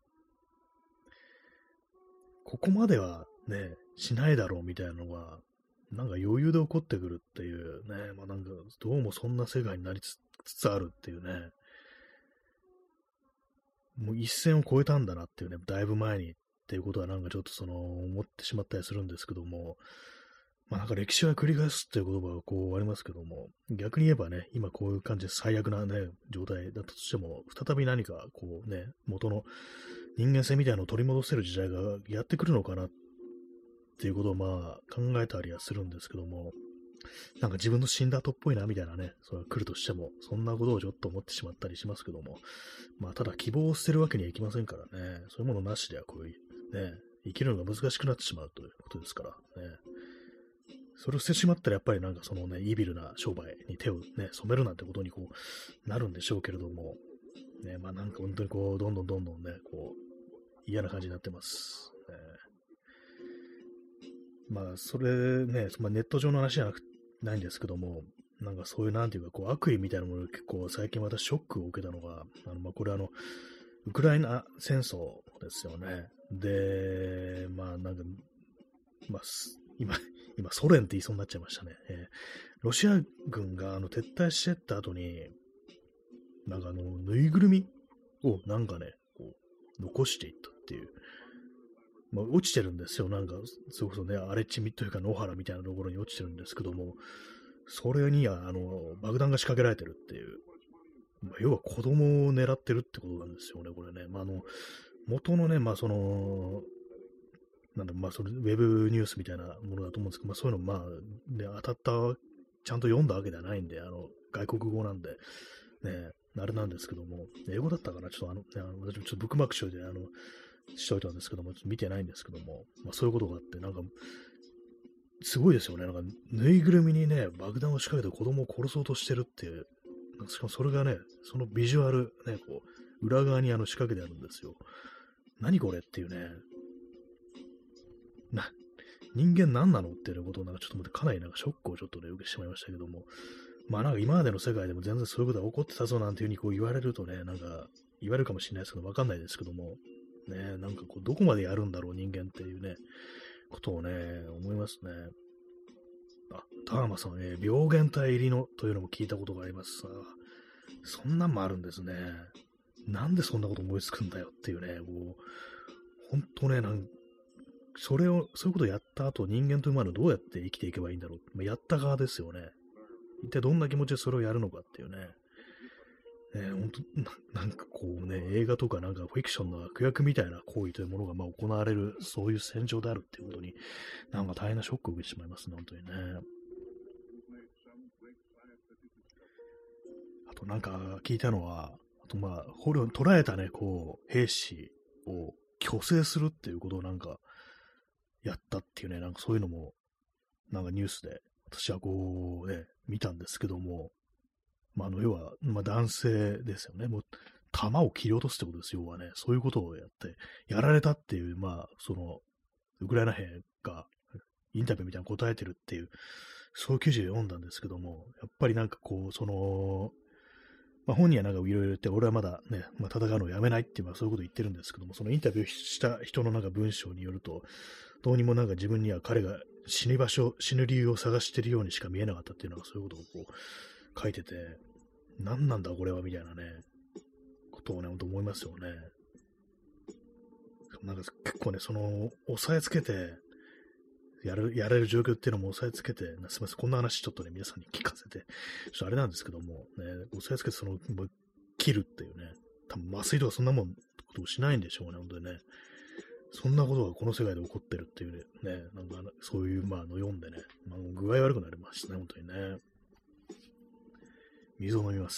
ここまではね、しないだろうみたいなのが、なんか余裕で起こってくるっていうね、なんかどうもそんな世界になりつつあるっていうね、もう一線を越えたんだなっていうね、だいぶ前にっていうことはなんかちょっと思ってしまったりするんですけども、なんか歴史は繰り返すっていう言葉がありますけども、逆に言えばね、今こういう感じで最悪なね、状態だったとしても、再び何か元の人間性みたいなのを取り戻せる時代がやってくるのかなっていうことを考えたりはするんですけども、なんか自分の死んだ後っぽいなみたいなね、それが来るとしても、そんなことをちょっと思ってしまったりしますけども、ただ希望を捨てるわけにはいきませんからね、そういうものなしではね、生きるのが難しくなってしまうということですからね。それをしてしまったらやっぱりなんかイービルな商売に手をね、染めるなんてことになるんでしょうけれども、ね、なんか本当にどんどんね、嫌な感じになってます。それね、ネット上の話じゃないんですけども、なんかそういう、なんていうか、悪意みたいなものを結構最近私ショックを受けたのが、これウクライナ戦争ですよね。で、なんか、今、ソ連って言いそうになっちゃいましたね。ロシア軍が撤退してった後に、なんかぬいぐるみをなんかね、残していったっていう。落ちてるんですよ。なんか、それこそね、荒れ地というか野原みたいなところに落ちてるんですけども、それには、爆弾が仕掛けられてるっていう。要は子供を狙ってるってことなんですよね、これね。元のね、なんだ、それ、ウェブニュースみたいなものだと思うんですけど、そういうの、ね、当たった、ちゃんと読んだわけではないんで、外国語なんで、ね、あれなんですけども、英語だったかな、ちょっと私もちょっとブックマークしといて、 しておいたんですけども、見てないんですけども、まあそういうことがあって、なんか、すごいですよね。なんか、ぬいぐるみにね、爆弾を仕掛けて子供を殺そうとしてるっていう、しかもそれがね、そのビジュアル、ね、こう、裏側に仕掛けてあるんですよ。何これっていうね、人間何なのっていうことをなんかちょっと思って、かなりなんかショックをちょっとね、受けてしまいましたけども、まあなんか今までの世界でも全然そういうことが起こってたぞなんていうふうにこう言われるとね、なんか言われるかもしれないですけど、わかんないですけども、ね、なんかこう、どこまでやるんだろう、人間っていうね、ことをね、思いますね。あ、ターマさん、病原体入りのというのも聞いたことがあります。そんなんもあるんですね。なんでそんなこと思いつくんだよっていうね、こう、本当ね、そういうことをやった後、人間というものはどうやって生きていけばいいんだろう。まあ、やった側ですよね。一体どんな気持ちでそれをやるのかっていうね。本当なんかこうね、映画とかなんかフィクションの悪役みたいな行為というものがまあ行われる、そういう戦場であるっていうことに、なんか大変なショックを受けてしまいますね、本当にね。あとなんか聞いたのは、あとまあ、捕虜に捕らえたね、こう、兵士を虚勢するっていうことをなんか、やったっていうね、なんかそういうのも、なんかニュースで、私はこうね、見たんですけども、まあ、要は、まあ、男性ですよね。もう、弾を切り落とすってことです、要はね。そういうことをやって、やられたっていう、まあ、ウクライナ兵が、インタビューみたいなの答えてるっていう、そういう記事を読んだんですけども、やっぱりなんかこう、まあ、本人はなんかいろいろ言って、俺はまだね、まあ、戦うのをやめないっていう、まあ、そういうことを言ってるんですけども、そのインタビューした人のなんか文章によると、どうにもなんか自分には彼が死ぬ場所、死ぬ理由を探してるようにしか見えなかったっていうのが、そういうことをこう書いてて、何なんだこれはみたいなね、ことをね、ほんと思いますよね。なんか結構ね、押さえつけて、やれる状況っていうのも押さえつけて、すみません、こんな話ちょっとね、皆さんに聞かせて、ちょっとあれなんですけども、ね、押さえつけてもう切るっていうね、多分麻酔とかそんなことをしないんでしょうね、本当にね。そんなことがこの世界で起こってるっていうね、なんかそういう、まあ、読んでね、まあ、具合悪くなりましたね、本当にね。水を飲みます。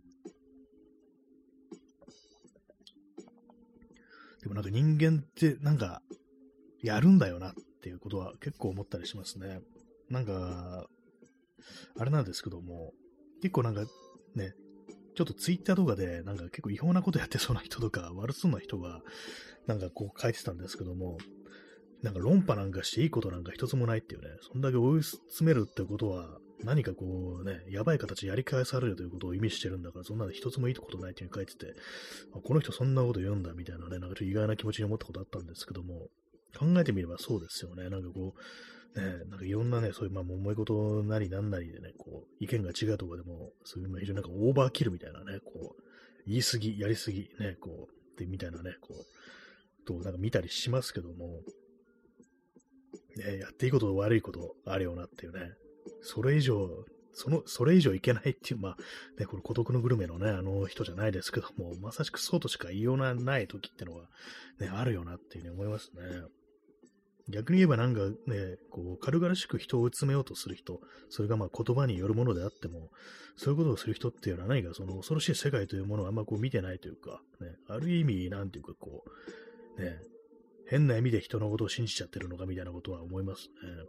でもなんか人間ってなんかやるんだよなっていうことは結構思ったりしますね。なんか、あれなんですけども、結構なんかね、ちょっとツイッターとかでなんか結構違法なことやってそうな人とか悪そうな人がなんかこう書いてたんですけども、なんか論破なんかしていいことなんか一つもないっていうね、そんだけ追い詰めるってことは、何かこうね、やばい形やり返されるということを意味してるんだから、そんなの一つもいいことないっていうふうに書いてて、この人そんなこと言うんだみたいなね、なんかちょっと意外な気持ちに思ったことあったんですけども、考えてみればそうですよね。なんかこう、ね、なんかいろんなね、そういう、まあ、思い事なりなんなりでね、こう、意見が違うとかでも、そういう、まあ、非常になんかオーバーキルみたいなね、こう、言い過ぎ、やり過ぎ、ね、こう、みたいなね、こう、なんか見たりしますけども、ね、やっていいこと悪いことあるよなっていうね、それ以上、それ以上いけないっていう、まあ、ね、これ孤独のグルメのね、あの人じゃないですけども、まさしくそうとしか言いようがない時ってのは、ね、あるよなっていうふうに思いますね。逆に言えばなんかね、こう、軽々しく人を追い詰めようとする人、それがまあ言葉によるものであっても、そういうことをする人っていうのは何かその恐ろしい世界というものをあんまこう見てないというか、ね、ある意味、なんていうかこう、ね、変な意味で人のことを信じちゃってるのかみたいなことは思いますね。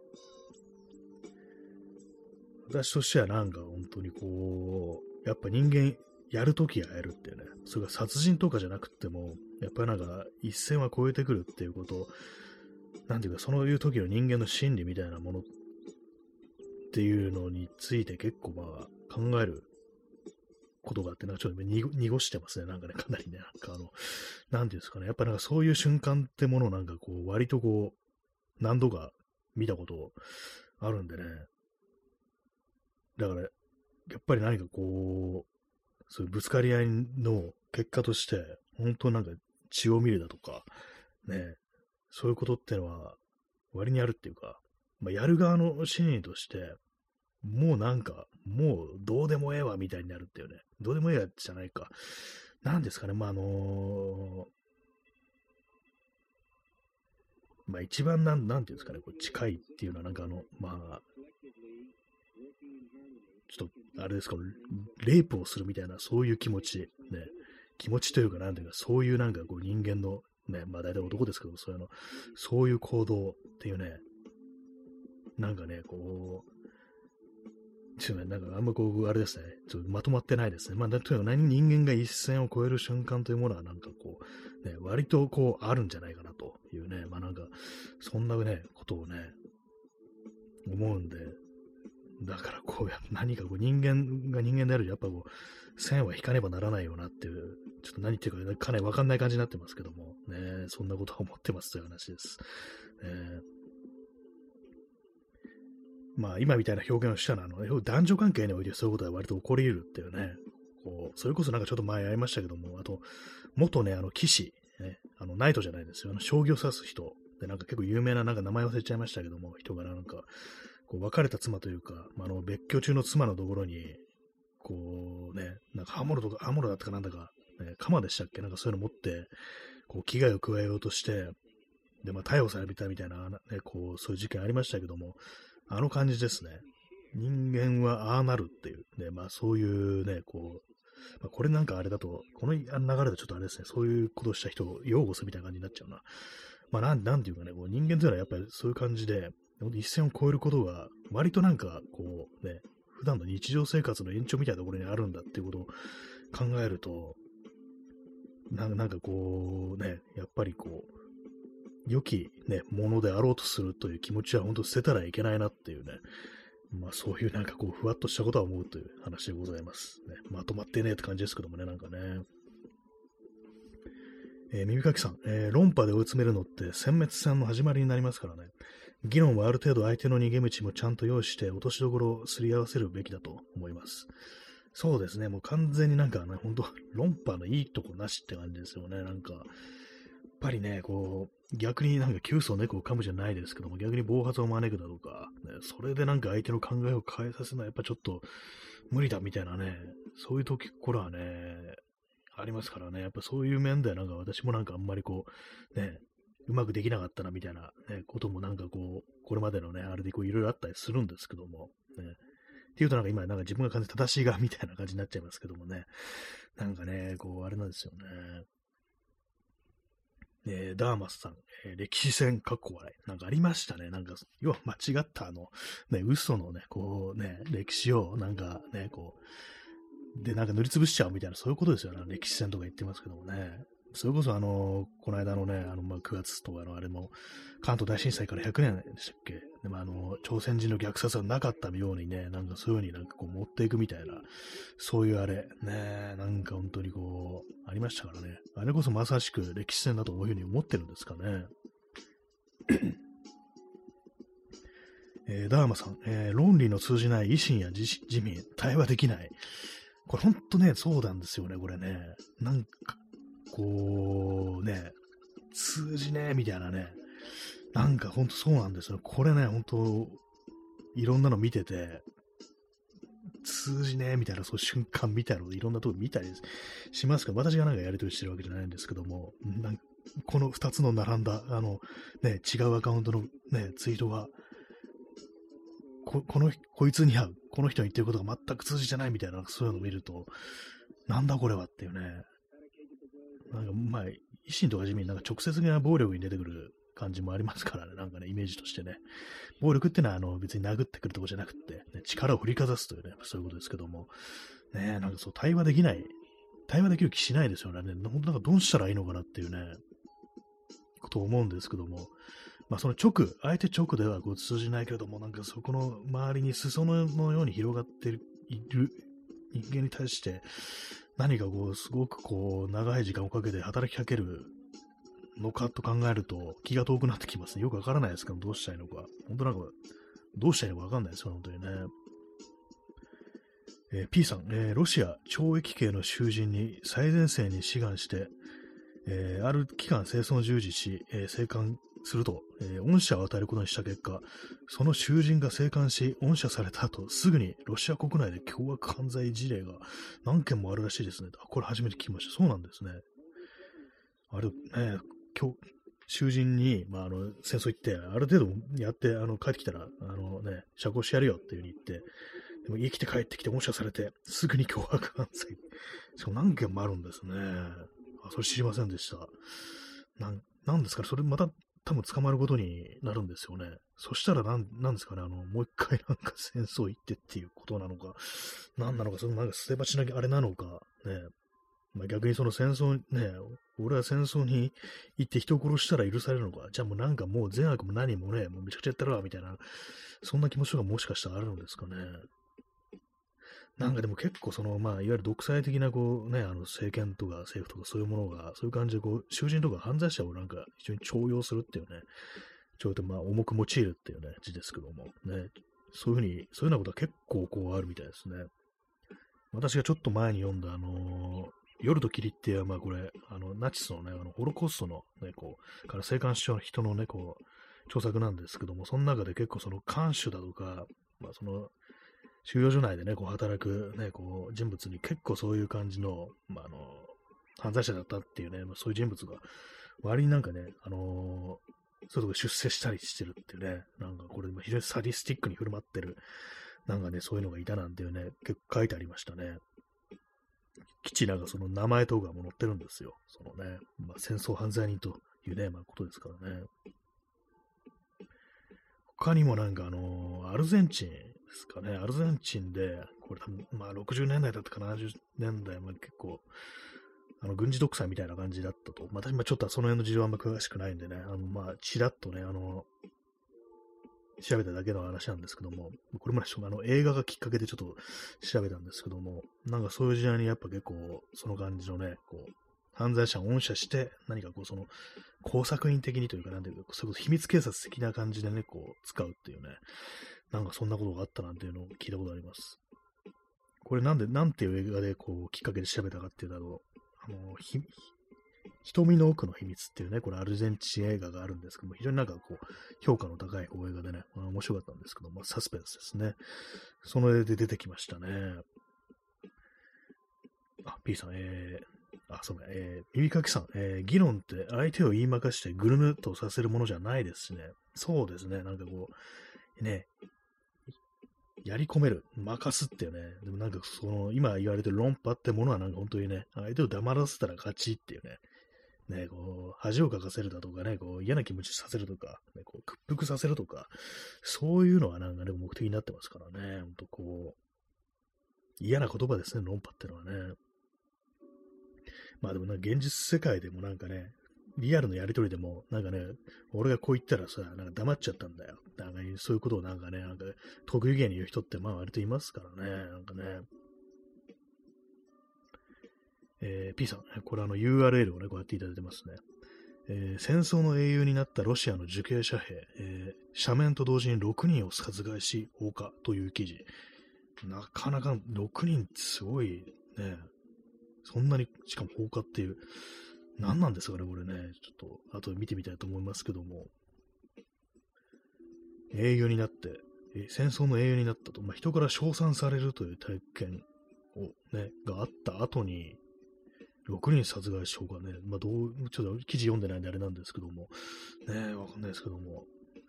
私としてはなんか本当にこう、やっぱ人間やるときはやるっていうね、それが殺人とかじゃなくても、やっぱりなんか一線は越えてくるっていうこと、なんていうかそういう時の人間の心理みたいなものっていうのについて結構まあ考えることがあって、なんかちょっと濁してますね。なんかね、かなりね、なんかなんていうんですかね、やっぱなんかそういう瞬間ってものをなんかこう、割とこう、何度か見たことあるんでね、だから、やっぱり何かこう、そういうぶつかり合いの結果として、本当なんか血を見るだとか、ね、そういうことってのは割にあるっていうか、まあ、やる側の心理として、もうなんか、もうどうでもええわみたいになるっていうね、どうでもええわじゃないか。なんですかね、まあ、まあ一番なんていうんですかね、こう近いっていうのはなんかまあ、ちょっと、あれですか、レイプをするみたいな、そういう気持ち、ね、気持ちというか、なんていうか、そういうなんかこう人間のね、まあ大体男ですけど、そういう行動っていうね、なんかね、こう、ちょっとね、なんかあんまこう、あれですね、ちょっとまとまってないですね。まあ、とにかく人間が一線を越える瞬間というものは、なんかこう、ね、割とこう、あるんじゃないかなというね、まあなんか、そんなね、ことをね、思うんで、だからこう、何かこう、人間が人間である、やっぱこう、線は引かねばならないよなっていう、ちょっと何言ってるか、ね、かなりわかんない感じになってますけども、ね、そんなことは思ってますという話です。まあ、今みたいな表現をしたのは、男女関係においてそういうことが割と起こり得るっていうね、こう、それこそなんかちょっと前会いましたけども、あと、元ね、騎士、ね、ナイトじゃないですよ、将棋を指す人、で、なんか結構有名な、なんか名前忘れちゃいましたけども、人がなんか、こう、別れた妻というか、別居中の妻のところに、こうね、なんか刃物だったかなんだか、ね、鎌でしたっけなんかそういうの持って、こう、危害を加えようとして、で、まあ、逮捕されたみたいな、ね、こう、そういう事件ありましたけども、あの感じですね。人間はああなるっていう、ね、まあそういうね、こう、まあ、これなんかあれだと、この流れでちょっとあれですね、そういうことをした人を擁護するみたいな感じになっちゃうな。まあなんていうかね、こう人間というのはやっぱりそういう感じで、一線を越えることが、割となんかこうね、普段の日常生活の延長みたいなところにあるんだっていうことを考えると、なんかこうね、やっぱりこう、良きね、ものであろうとするという気持ちは本当捨てたらいけないなっていうね、まあそういうなんかこう、ふわっとしたことは思うという話でございます。ね、まとまってねえって感じですけどもね、なんかね。耳かきさん、論破で追い詰めるのって殲滅戦の始まりになりますからね。議論はある程度相手の逃げ道もちゃんと用意して落としどころをすり合わせるべきだと思います。そうですね、もう完全になんかね、本当論破のいいとこなしって感じですよね。なんか、やっぱりね、こう、逆になんか急須を猫を噛むじゃないですけども、逆に暴発を招くだとか、ね、それでなんか相手の考えを変えさせるのはやっぱちょっと無理だみたいなね、そういう時ころはね、ありますからね、やっぱそういう面ではなんか私もなんかあんまりこう、ね、うまくできなかったなみたいな、ね、こともなんかこう、これまでのね、あれでこういろいろあったりするんですけども、ね、っていうとなんか今なんか自分が完全に正しい側みたいな感じになっちゃいますけどもね、なんかね、こうあれなんですよね。ダーマスさん、歴史戦かっこ笑い。なんかありましたね。なんか、要は間違ったね、嘘のね、こうね、歴史をなんかね、こう、で、なんか塗りつぶしちゃうみたいな、そういうことですよね。歴史戦とか言ってますけどもね。それこそこの間のね、まあ、9月とかのあれも、関東大震災から100年でしたっけでも朝鮮人の虐殺はなかったようにね、なんかそういう風になんかこう持っていくみたいな、そういうあれ、ね、なんか本当にこう、ありましたからね。あれこそまさしく歴史戦だというふうに思ってるんですかね。ダーマさん、論理の通じない維新や自民、対話できない。これほんとね、そうなんですよね、これね。なんか、こう、ね、通じねえみたいなね。なんかほんとそうなんですよ。これね、ほんと、いろんなの見てて、通じねえみたいな、そういう瞬間みたいなのをいろんなとこ見たりしますけど、私がなんかやりとりしてるわけじゃないんですけども、なんかこの2つの並んだ、ね、違うアカウントのね、ツイートが、こいつに合う、この人に言ってることが全く通じてないみたいな、そういうのを見ると、なんだこれはっていうね、なんか、まあ、維新とか自民、なんか直接的な暴力に出てくる感じもありますからね、なんかね、イメージとしてね。暴力ってのは、別に殴ってくるとこじゃなくて、ね、力を振りかざすというね、そういうことですけども、ね、なんかそう、対話できる気しないですよね。本当なんかどうしたらいいのかなっていうね、ことを思うんですけども、まあ、その相手直ではこう通じないけれども、なんかそこの周りに裾野のように広がっている人間に対して、何かこう、すごくこう、長い時間をかけて働きかけるのかと考えると、気が遠くなってきますね。よくわからないですけど、どうしたいのか。本当なんか、どうしたいのかわかんないですよ、本当にね。P さん、ロシア懲役刑の囚人に最前線に志願して、ある期間生存を従事し、生還すると、恩赦を与えることにした結果、その囚人が生還し、恩赦された後、すぐにロシア国内で凶悪犯罪事例が何件もあるらしいですね。これ初めて聞きました。そうなんですね。あれ、ね、囚人に、まあ、戦争行って、ある程度やって、帰ってきたら、釈放してやるよっていう風に言って、でも生きて帰ってきて恩赦されて、すぐに凶悪犯罪。しかも何件もあるんですね。あ、それ知りませんでした。 なんですかね、それまた多分捕まることになるんですよね。そしたらなんですかね、もう一回なんか戦争行ってっていうことなのか、なんなのか、そのなんか捨て鉢なきゃあれなのか、ね、まあ、逆にその戦争、ね、俺は戦争に行って人を殺したら許されるのか、じゃあもうなんかもう善悪も何もね、もうめちゃくちゃやったるわ、みたいな、そんな気持ちがもしかしたらあるのですかね。なんかでも結構その、まあ、いわゆる独裁的なこうね、政権とか政府とかそういうものが、そういう感じでこう、囚人とか犯罪者をなんか非常に重用するっていうね、ちょっとまあ、重く用いるっていうね、字ですけども、ね、そういうふうに、そういうようなことは結構こうあるみたいですね。私がちょっと前に読んだ、夜と霧っていう、まあこれ、ナチスのね、ホロコーストのね、こう、から生還した人のね、こう、著作なんですけども、その中で結構その看守だとか、まあその、収容所内でね、こう働くね、こう、人物に結構そういう感じの、まあ犯罪者だったっていうね、まあ、そういう人物が、割になんかね、そういうとこ出世したりしてるっていうね、なんかこれ、非常にサディスティックに振る舞ってる、なんかね、そういうのがいたなんていうね、結構書いてありましたね。基地なんかその名前とかも載ってるんですよ。そのね、まあ、戦争犯罪人というね、まあ、ことですからね。他にもなんかアルゼンチンですかね。アルゼンチンで、これ多分、まあ60年代だったか70年代、まあ結構、軍事独裁みたいな感じだったと。まあ、今ちょっとその辺の事情はあんま詳しくないんでね、まあ、ちらっとね、調べただけの話なんですけども、これまで映画がきっかけでちょっと調べたんですけども、なんかそういう時代にやっぱ結構、その感じのね、こう、犯罪者を恩赦して、何かこう、その、工作員的にというか、なんていうか、そういうこと秘密警察的な感じでね、こう、使うっていうね、なんかそんなことがあったなんていうのを聞いたことあります。これなんていう映画で、こう、きっかけで調べたかっていうと、瞳の奥の秘密っていうね、これアルゼンチン映画があるんですけども、非常になんかこう、評価の高いこう映画でね、面白かったんですけども、サスペンスですね。その絵で出てきましたね。P さん、そうね、耳かきさん、議論って相手を言いまかしてぐるぬっとさせるものじゃないですしね。そうですね、なんかこう、ね、やり込める、任すっていうね、でもなんかその、今言われてる論破ってものはなんか本当にね、相手を黙らせたら勝ちっていうね、ね、こう、恥をかかせるだとかね、こう、嫌な気持ちさせるとか、ね、こう、屈服させるとか、そういうのはなんかね、目的になってますからね、ほんとこう、嫌な言葉ですね、論破ってのはね。まあでもなんか現実世界でもなんかね、リアルのやりとりでも、なんかね、俺がこう言ったらさ、なんか黙っちゃったんだよ。なんかそういうことをなんかね、なんか得意げに言う人ってまあ割といますからね、なんかね。P さん、これURL をね、こうやっていただいてますね。戦争の英雄になったロシアの受刑者兵、赦免と同時に6人を殺害し放火という記事。なかなか6人すごいね。そんなに、しかも放火っていう、何なんですかね、これね。ちょっと、後で見てみたいと思いますけども。英雄になって、戦争の英雄になったと、まあ、人から称賛されるという体験をね、があった後に、6人殺害しようかね。まあ、ちょっと記事読んでないんであれなんですけども。ねわかんないですけども。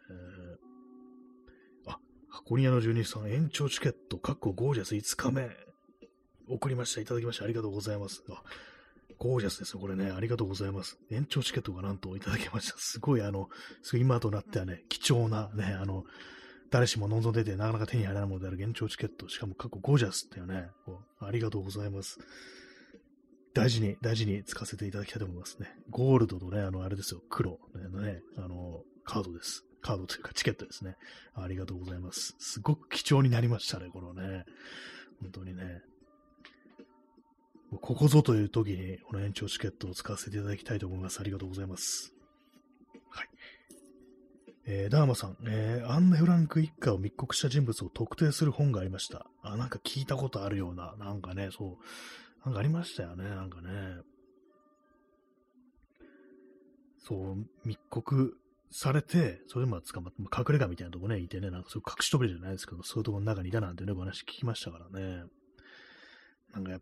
箱庭の住人さん、延長チケット、ゴージャス5日目。送りました。いただきました。ありがとうございます。ゴージャスですよ。これね、ありがとうございます。延長チケットがなんといただきました。すごい今となってはね、貴重なね、誰しも望んでてなかなか手に入らないものである延長チケット、しかもゴージャスっていうね、ありがとうございます。大事に使わせていただきたいと思いますね。ゴールドとね、あれですよ、黒のね、カードです。カードというかチケットですね。ありがとうございます。すごく貴重になりましたね、このね。本当にね。ここぞという時に、この延長チケットを使わせていただきたいと思います。ありがとうございます。はい。ダーマさん、アンネ・フランク一家を密告した人物を特定する本がありました。なんか聞いたことあるような、なんかね、そう、なんかありましたよね、なんかね。そう、密告されて、それで捕まって、隠れ家みたいなとこね、いてね、なんかそういう隠し扉じゃないですけど、そういうところの中にいたなんてね、お話聞きましたからね。なんか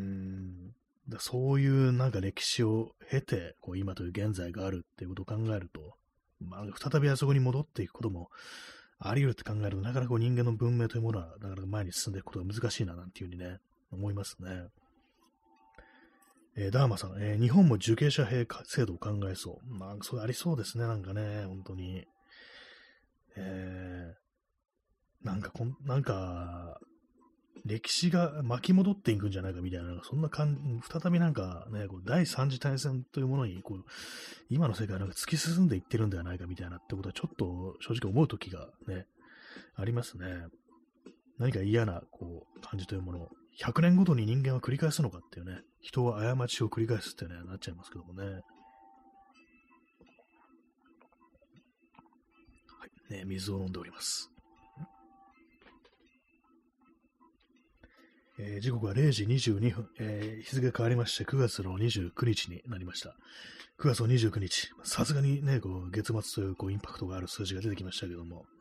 そういうなんか歴史を経て、こう今という現在があるっていうことを考えると、まあ、再びあそこに戻っていくこともあり得るって考えると、なかなか人間の文明というものは、なかなか前に進んでいくことが難しいな、なんていうふうにね、思いますね。 ダーマさん、日本も受刑者兵制度を考えそう。まあ、それありそうですね、なんかね、本当に。なんか、歴史が巻き戻っていくんじゃないかみたいな、そんな再びなんかね、こう第三次大戦というものに、こう、今の世界なんか突き進んでいってるんではないかみたいなってことは、ちょっと正直思う時がね、ありますね。何か嫌な、こう、感じというものを、100年ごとに人間は繰り返すのかっていうね、人は過ちを繰り返すってね、なっちゃいますけどもね。はい、ね、水を飲んでおります。時刻は0時22分、日付変わりまして9月の29日になりました。9月の29日、さすがにね、こう月末というこうインパクトがある数字が出てきましたけども、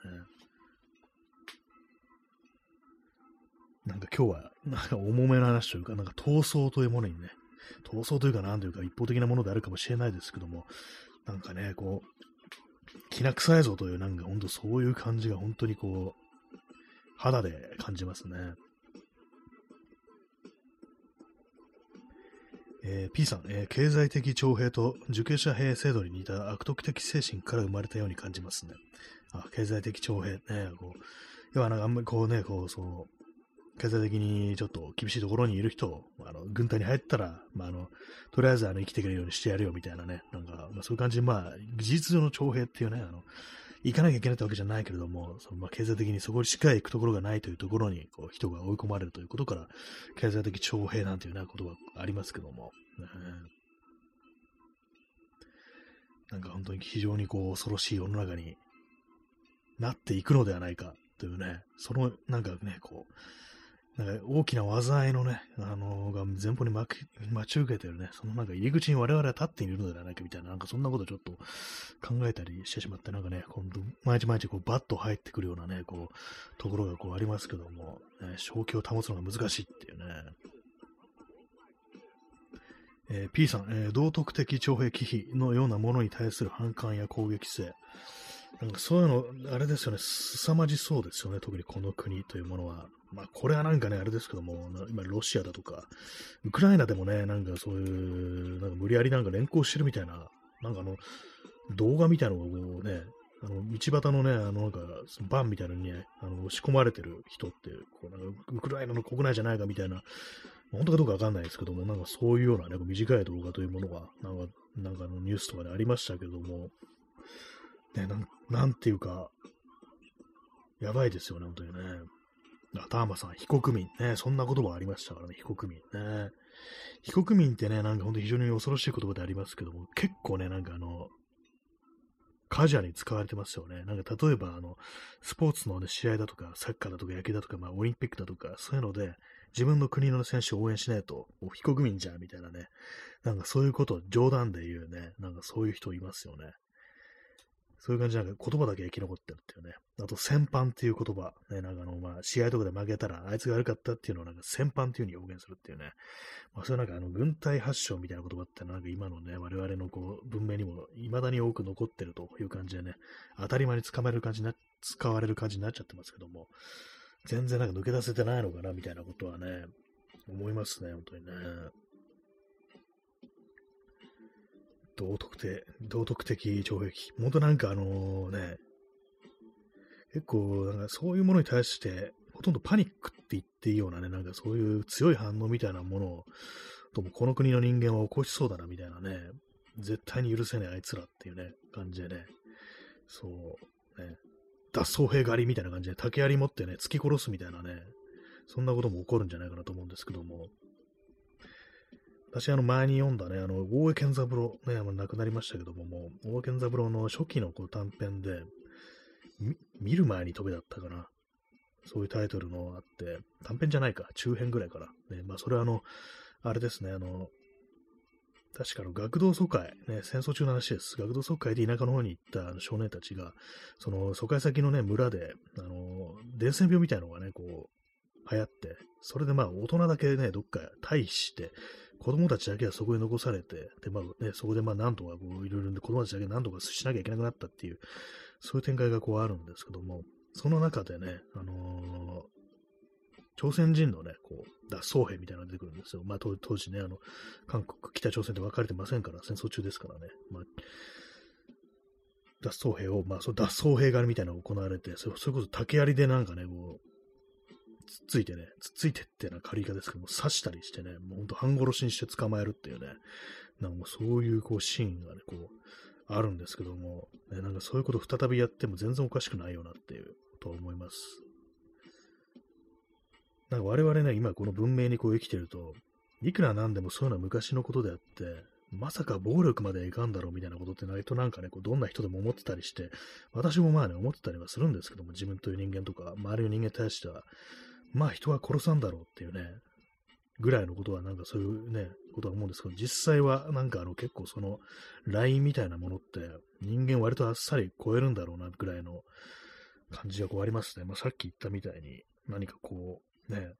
なんか今日は、なんか重めな話というか、なんか闘争というものにね、闘争というかなんというか一方的なものであるかもしれないですけども、なんかね、こう、きな臭いぞという、なんか本当そういう感じが本当にこう、肌で感じますね。P さん、経済的徴兵と受刑者兵制度に似た悪徳的精神から生まれたように感じますね。あ、経済的徴兵ね、こう、要はなんかあんまりこうね、こう、経済的にちょっと厳しいところにいる人を、軍隊に入ったら、とりあえず生きていけるようにしてやるよみたいなね、なんか、そういう感じで、事実上の徴兵っていうね、行かなきゃいけないってわけじゃないけれども、経済的にそこにしか行くところがないというところに、こう、人が追い込まれるということから、経済的徴兵なんていうようなことがありますけども、なんか本当に非常にこう、恐ろしい世の中になっていくのではないかというね、なんかね、こう、なんか大きな災いのね、が前方に待ち受けてるね、そのなんか入り口に我々は立っているのではないかみたいな、なんかそんなことちょっと考えたりしてしまって、なんかね、今度毎日毎日こうバッと入ってくるようなね、こう、ところがこうありますけども、正気を保つのが難しいっていうね。P さん、道徳的徴兵忌避のようなものに対する反感や攻撃性。なんかそういうの、あれですよね、凄まじそうですよね、特にこの国というものは。これはなんかね、あれですけども、今、ロシアだとか、ウクライナでもね、なんかそういう、なんか無理やりなんか連行してるみたいな、なんか動画みたいなのをこうね、道端のね、なんか、バンみたいなのにね、押し込まれてる人って、こうなんかウクライナの国内じゃないかみたいな、本当かどうかわかんないですけども、なんかそういうようなね、短い動画というものが、なんかニュースとかでありましたけども、ね、なんていうか、やばいですよね、本当にね。ターマさん、非国民。ね、そんな言葉ありましたからね、非国民。ね。非国民ってね、なんか本当に非常に恐ろしい言葉でありますけども、結構ね、なんかカジュアルに使われてますよね。なんか例えば、スポーツの、ね、試合だとか、サッカーだとか、野球だとか、オリンピックだとか、そういうので、自分の国の選手を応援しないと、もう非国民じゃん、みたいなね。なんかそういうことを冗談で言うね、なんかそういう人いますよね。そういう感じでなんか言葉だけ生き残ってるっていうね。あと、戦犯っていう言葉。ね、なんか試合とかで負けたら、あいつが悪かったっていうのをなんか戦犯っていう風に表現するっていうね。それなんか軍隊発祥みたいな言葉ってなんか今のね、我々のこう、文明にも未だに多く残ってるという感じでね、当たり前に使われる感じになっちゃってますけども、全然なんか抜け出せてないのかなみたいなことはね、思いますね、本当にね。道徳的徴兵器。本当なんか結構、なんかそういうものに対して、ほとんどパニックって言っていいようなね、なんかそういう強い反応みたいなものを、この国の人間は起こしそうだな、みたいなね、絶対に許せないあいつらっていうね、感じでね、そう、ね、脱走兵狩りみたいな感じで竹槍持ってね、突き殺すみたいなね、そんなことも起こるんじゃないかなと思うんですけども、私、前に読んだね、大江健三郎、ね、亡くなりましたけども、大江健三郎の初期のこう短編で、見る前に飛べだったかな。そういうタイトルのあって、短編じゃないか、中編ぐらいから。ね、それはあれですね、確か学童疎開、ね、戦争中の話です。学童疎開で田舎の方に行った少年たちが、その疎開先のね、村で、伝染病みたいなのがね、こう、流行って、それで大人だけね、どっか退避して、子供たちだけはそこに残されて、で、そこでなんとかこう、いろいろ子供たちだけなんとかしなきゃいけなくなったっていう、そういう展開がこうあるんですけども、その中でね、 朝鮮人のね、こう、脱走兵みたいなのが出てくるんですよ。まあ、当時ね、韓国、北朝鮮って分かれてませんから、戦争中ですからね。まあ、脱走兵を、まあ、そう脱走兵狩りみたいなのが行われて、それこそ竹槍でなんかね、こう、つっついてっていうのは仮言い方ですけども、刺したりしてね、もうほんと半殺しにして捕まえるっていうね、なんかもうそういうこうシーンがね、こう、あるんですけども、ね、なんかそういうこと再びやっても全然おかしくないよなっていうとは思います。なんか我々ね、今この文明にこう生きてると、いくらなんでもそういうのは昔のことであって、まさか暴力まではいかんだろうみたいなことってないとなんかね、こうどんな人でも思ってたりして、私もまあね、思ってたりはするんですけども、自分という人間とか、周りの人間に対しては、まあ人は殺さんだろうっていうね、ぐらいのことはなんかそういうね、ことは思うんですけど、実際はなんか結構そのラインみたいなものって人間割とあっさり超えるんだろうなぐらいの感じがこうありますね。まあさっき言ったみたいに何かこうね、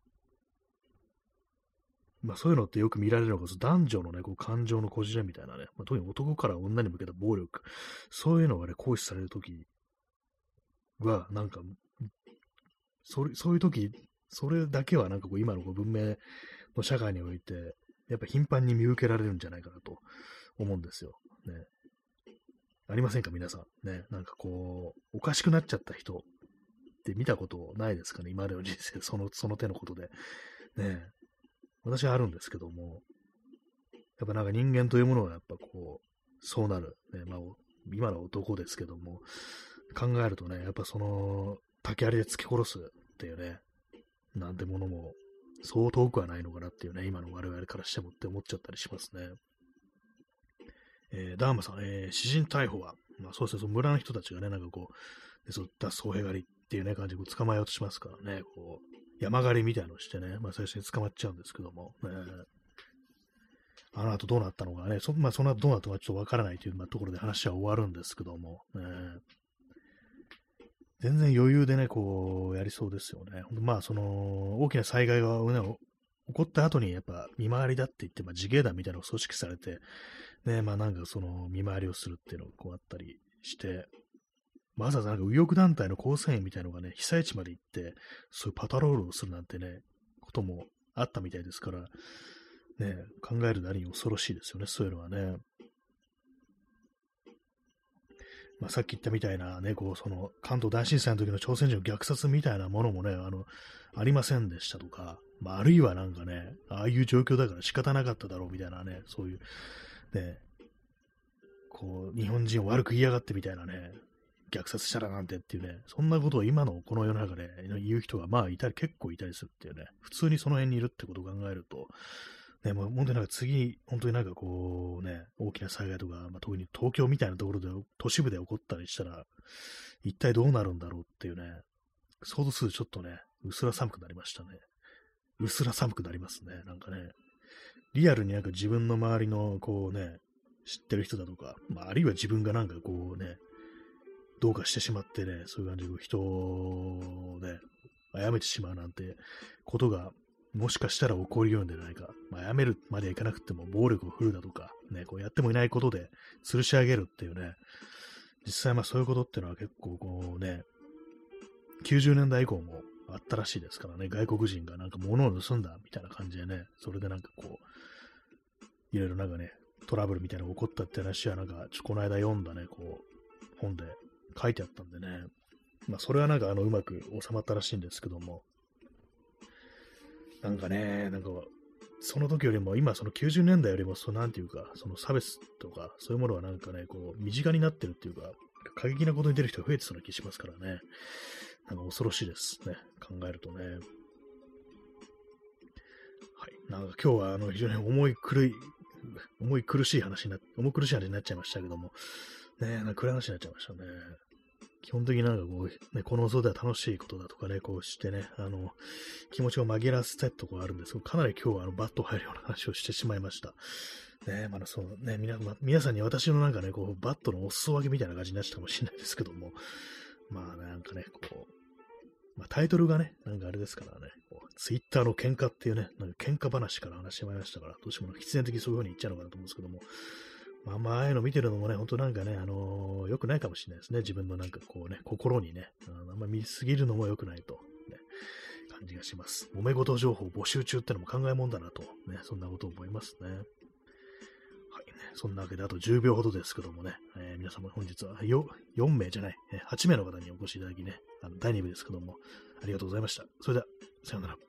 まあそういうのってよく見られるのが男女のね、こう感情のこじれみたいなね、まあ、特に男から女に向けた暴力、そういうのがね、行使されるときは、なんか、そういうとき、それだけはなんかこう今のこう文明の社会において、やっぱ頻繁に見受けられるんじゃないかなと思うんですよ。ね。ありませんか皆さん。ね。なんかこう、おかしくなっちゃった人って見たことないですかね今までの人生、その手のことで。ね。私はあるんですけども、やっぱなんか人間というものはやっぱこう、そうなる。ね。まあ、今の男ですけども、考えるとね、やっぱその、竹槍で突き殺すっていうね、なんてものも、そう遠くはないのかなっていうね、今の我々からしてもって思っちゃったりしますね。ダーマさん、詩人逮捕は、まあそうですね、その村の人たちがね、なんかこう、そう脱走兵狩りっていうね、感じでこう捕まえようとしますからね、こう、山狩りみたいなのをしてね、まあ最初に捕まっちゃうんですけども、あの後どうなったのかね、まあその後どうなったのかちょっとわからないという、まあ、ところで話は終わるんですけども、全然余裕でね、こう、やりそうですよね。まあ、その、大きな災害が、ね、起こった後に、やっぱ、見回りだって言って、まあ、自警団みたいなのを組織されて、ね、まあ、なんか、その、見回りをするっていうのが、こう、あったりして、わざわざなんか、右翼団体の構成員みたいなのがね、被災地まで行って、そういうパトロールをするなんてね、こともあったみたいですから、ね、考えるなりに恐ろしいですよね、そういうのはね。まあ、さっき言ったみたいなね、こう、その、関東大震災の時の朝鮮人の虐殺みたいなものもね、ありませんでしたとか、まあ、あるいはなんかね、ああいう状況だから仕方なかっただろうみたいなね、そういう、ね、こう、日本人を悪く言いやがってみたいなね、虐殺したらなんてっていうね、そんなことを今のこの世の中で言う人がまあいたり、結構いたりするっていうね、普通にその辺にいるってことを考えると、ね、もう本当になんか次、本当になんかこうね、大きな災害とか、まあ、特に東京みたいなところで、都市部で起こったりしたら、一体どうなるんだろうっていうね、想像するとちょっとね、うすら寒くなりましたね。うすら寒くなりますね。なんかね、リアルになんか自分の周りのこうね、知ってる人だとか、まあ、あるいは自分がなんかこうね、どうかしてしまってね、そういう感じで人をね、殺めてしまうなんてことがもしかしたら起こるようではないか。まあ、やめるまではいかなくても、暴力を振るだとか、ね、こうやってもいないことで、吊るし上げるっていうね、実際まあそういうことっていうのは結構こうね、90年代以降もあったらしいですからね、外国人がなんか物を盗んだみたいな感じでね、それでなんかこう、いろいろなんかね、トラブルみたいなのが起こったって話はなんか、この間読んだね、こう、本で書いてあったんでね、まあそれはなんかうまく収まったらしいんですけども、なんかね、なんか、その時よりも、今、その90年代よりも、なんていうか、その差別とか、そういうものはなんかね、こう、身近になってるっていうか、過激なことに出る人が増えてそうな気しますからね。なんか恐ろしいですね。考えるとね。はい。なんか今日は、非常に重苦しい話になっちゃいましたけども、ね、なんか暗い話になっちゃいましたね。基本的になんかこう、ね、この音では楽しいことだとかね、こうしてね、気持ちを紛らわせたいところがあるんですけど、かなり今日はバット入るような話をしてしまいました。ね、まだそうね、皆さんに私のなんかね、こう、バットのお裾分けみたいな感じになっちゃったかもしれないですけども、まあなんかね、こう、まあ、タイトルがね、なんかあれですからね、ツイッターの喧嘩っていうね、なんか喧嘩話から話してまいりましたから、どうしても必然的にそういう風に言っちゃうのかなと思うんですけども、まあ、ああいうの見てるのもね、ほんとなんかね、良くないかもしれないですね。自分のなんかこうね、心にね、あんま見すぎるのも良くないと、ね、 感じがします。揉め事情報募集中ってのも考えもんだなと、ね、そんなことを思いますね。はい、ね。そんなわけで、あと10秒ほどですけどもね、皆様本日は4名じゃない、8名の方にお越しいただきね、第2部ですけども、ありがとうございました。それでは、さようなら。